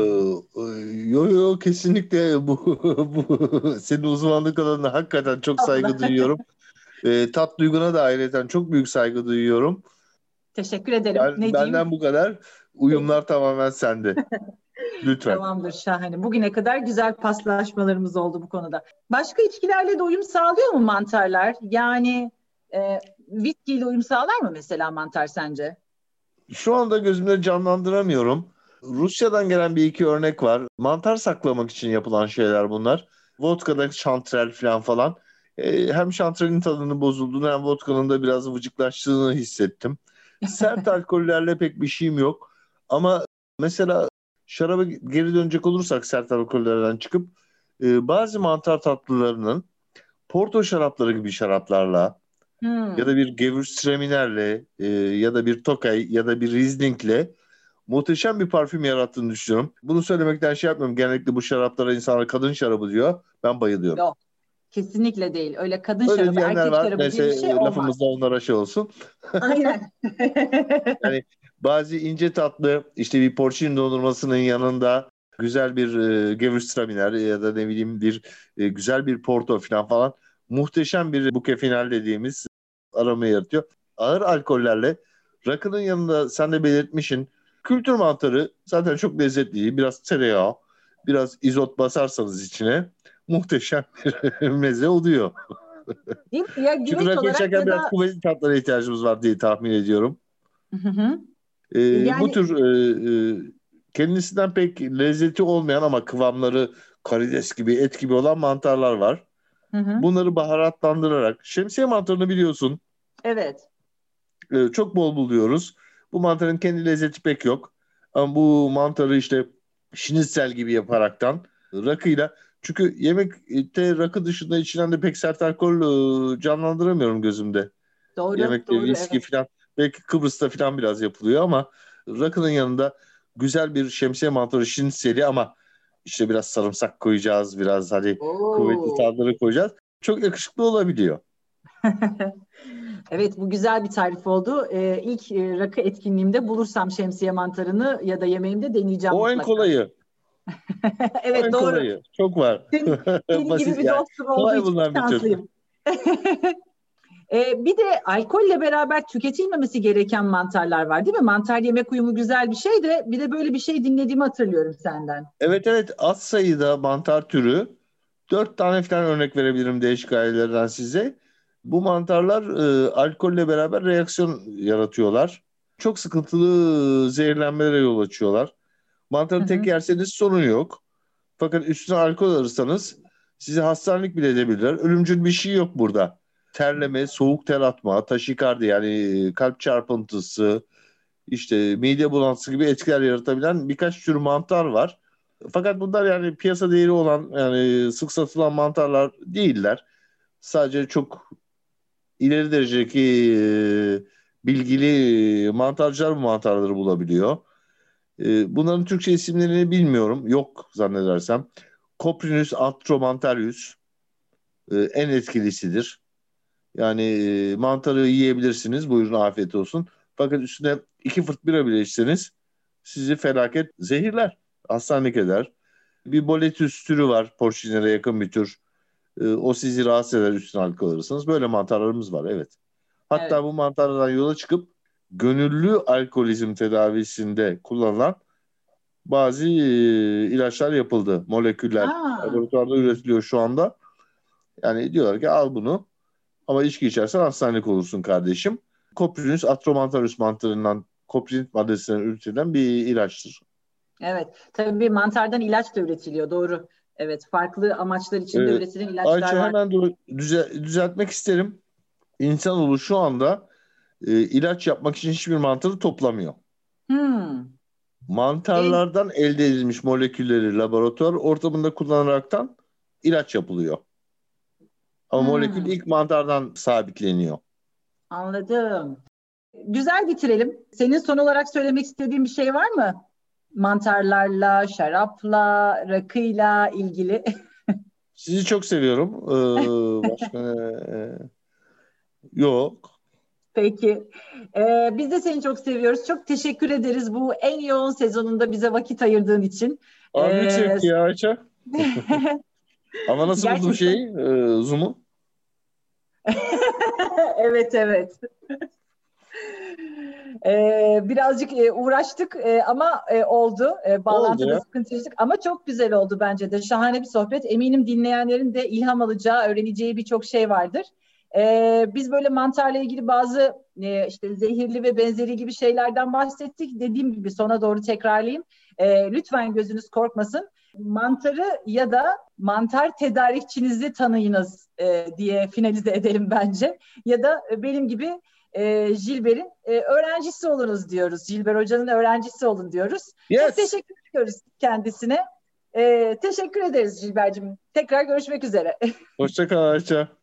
Yo yo kesinlikle bu, bu senin uzmanlık alanına hakikaten çok saygı duyuyorum. Ee, tat duyguna da ayrıca çok büyük saygı duyuyorum.
Teşekkür ederim.
Ben,
Ne diyeyim?
benden bu kadar. Uyumlar tamamen sende. Lütfen.
Tamamdır, şahane. Bugüne kadar güzel paslaşmalarımız oldu bu konuda. Başka içkilerle de uyum sağlıyor mu mantarlar? Yani e, viskiyle uyum sağlar mı mesela mantar sence?
Şu anda gözümde canlandıramıyorum. Rusya'dan gelen bir iki örnek var. Mantar saklamak için yapılan şeyler bunlar. Vodka'da şantrel falan falan. Ee, hem şantrelin tadının bozulduğunu hem vodka'nın da biraz vıcıklaştığını hissettim. Sert alkollerle pek bir şeyim yok. Ama mesela şaraba geri dönecek olursak sert alkollerden çıkıp e, bazı mantar tatlılarının porto şarapları gibi şaraplarla ya
Hmm.
da bir Gewürztraminer'le e, ya da bir Tokay ya da bir Riesling'le muhteşem bir parfüm yarattığını düşünüyorum. Bunu söylemekten şey yapmıyorum. Genellikle bu şaraplara insanlar kadın şarabı diyor. Ben bayılıyorum.
Yok, kesinlikle değil. Öyle kadın
Öyle
şarabı,
diyenler
erkek
var.
şarabı
Neyse
diye bir şey
e,
olmaz.
lafımızda onlara şey olsun.
Aynen.
Yani bazı ince tatlı işte bir porcini dondurmasının yanında güzel bir e, Gewürztraminer ya da ne bileyim bir e, güzel bir Porto falan falan muhteşem bir buke final dediğimiz aroma yaratıyor. Ağır alkollerle rakının yanında sen de belirtmişsin kültür mantarı zaten çok lezzetli. Biraz tereyağı, biraz izot basarsanız içine muhteşem bir meze oluyor.
Değil mi? Ya
Çünkü
güveç
rakı
olarak
içerken
ya
biraz
da
kuvvetli tatlara ihtiyacımız var diye tahmin ediyorum.
hı hı.
Ee, bu
Yani
tür e, e, kendisinden pek lezzeti olmayan ama kıvamları karides gibi, et gibi olan mantarlar var.
hı hı.
Bunları baharatlandırarak, şemsiye mantarını biliyorsun,
Evet.
e, çok bol buluyoruz. Bu mantarın kendi lezzeti pek yok. Ama bu mantarı işte şinitzel gibi yaparaktan rakıyla, çünkü yemekte rakı dışında içilen de pek sert alkol e, canlandıramıyorum gözümde.
Doğru,
Yemekte
doğru,
viski
evet.
falan belki Kıbrıs'ta falan biraz yapılıyor ama rakının yanında güzel bir şemsiye mantarı şinitseli ama işte biraz sarımsak koyacağız, biraz hani kuvvetli
Oo.
tatları koyacağız. Çok yakışıklı olabiliyor.
Evet, bu güzel bir tarif oldu. Ee, ilk e, rakı etkinliğimde bulursam şemsiye mantarını ya da yemeğimde deneyeceğim
O en
mutlaka.
kolayı. O
Evet,
en
doğru.
kolayı. Çok var.
Senin, senin gibi
Basit
bir
yani.
dostum olduğu
Kolay
için
bulunan bir tür.
şanslıyım. Ee, bir de alkolle beraber tüketilmemesi gereken mantarlar var, değil mi? Mantar yemek uyumu güzel bir şey de bir de böyle bir şey dinlediğimi hatırlıyorum senden.
Evet evet, az sayıda mantar türü. Dört tane falan örnek verebilirim değişik ailelerden size. Bu mantarlar e, alkolle beraber reaksiyon yaratıyorlar. Çok sıkıntılı zehirlenmelere yol açıyorlar.
Hı
Mantarı tek
hı.
yerseniz sorun yok. Fakat üstüne alkol alırsanız sizi hastanelik bile edebilirler. Ölümcül bir şey yok burada. Terleme, soğuk ter atma, taşikardi yani kalp çarpıntısı, işte mide bulantısı gibi etkiler yaratabilen birkaç tür mantar var. Fakat bunlar yani piyasa değeri olan yani sık satılan mantarlar değiller. Sadece çok ileri derecedeki e, bilgili mantarcılar bu mantarları bulabiliyor. E, bunların Türkçe isimlerini bilmiyorum. Yok zannedersem. Coprinus atromantarius e, en etkilisidir. Yani e, mantarı yiyebilirsiniz. Buyurun afiyet olsun. Fakat üstüne iki fırt bira bile içseniz sizi felaket zehirler. Hastanelik eder. Bir boletus türü var. Porşinlere yakın bir tür. E, o sizi rahatsız eder üstüne alkol alırsanız. Böyle mantarlarımız var, evet. Hatta
Evet.
bu mantarlardan yola çıkıp gönüllü alkolizm tedavisinde kullanılan bazı e, ilaçlar yapıldı. Moleküller
Aa,
laboratuvarda üretiliyor şu anda. Yani diyorlar ki al bunu ama içki içersen hastanelik olursun kardeşim. Coprinus atromantarius mantarından koprinit maddesinden üretilen bir ilaçtır.
evet. Tabii mantardan ilaç da üretiliyor, doğru. Evet, farklı amaçlar için de
Ee,
üretilen ilaçlar
Ayça
var.
hemen dur- düze- düzeltmek isterim. İnsanoğlu şu anda e, ilaç yapmak için hiçbir mantarı toplamıyor.
Hmm. E,
Mantarlardan elde edilmiş molekülleri laboratuvar ortamında kullanaraktan ilaç yapılıyor. Ama molekül
hmm.
ilk mantardan sabitleniyor.
Anladım. Güzel bitirelim. Senin son olarak söylemek istediğin bir şey var mı? Mantarlarla, şarapla, rakıyla ilgili.
Sizi çok seviyorum. Ee, başka ne? Yok.
Peki. Ee, biz de seni çok seviyoruz. Çok teşekkür ederiz bu en yoğun sezonunda bize vakit ayırdığın için.
Abi ne
Ee,
zevk ya Ayça. Ama nasıl buldun
gerçekten.
şeyi, e, Zoom'u?
Evet, evet. Ee, birazcık e, uğraştık e, ama e, oldu. E, bağlantıda
ya.
sıkıntı yaşadık ama çok güzel oldu bence de. Şahane bir sohbet. Eminim dinleyenlerin de ilham alacağı, öğreneceği birçok şey vardır. Ee, biz böyle mantarla ilgili bazı e, işte zehirli ve benzeri gibi şeylerden bahsettik. Dediğim gibi sona doğru tekrarlayayım. Ee, lütfen gözünüz korkmasın. Mantarı ya da mantar tedarikçinizi tanıyınız e, diye finalize edelim bence. Ya da e, benim gibi e, Gilbert'in e, öğrencisi olunuz diyoruz. Gilbert Hoca'nın öğrencisi olun diyoruz.
Yes.
Çok teşekkür ediyoruz kendisine. E, teşekkür ederiz Gilbert'cim. Tekrar görüşmek üzere.
Hoşça kal Ayça.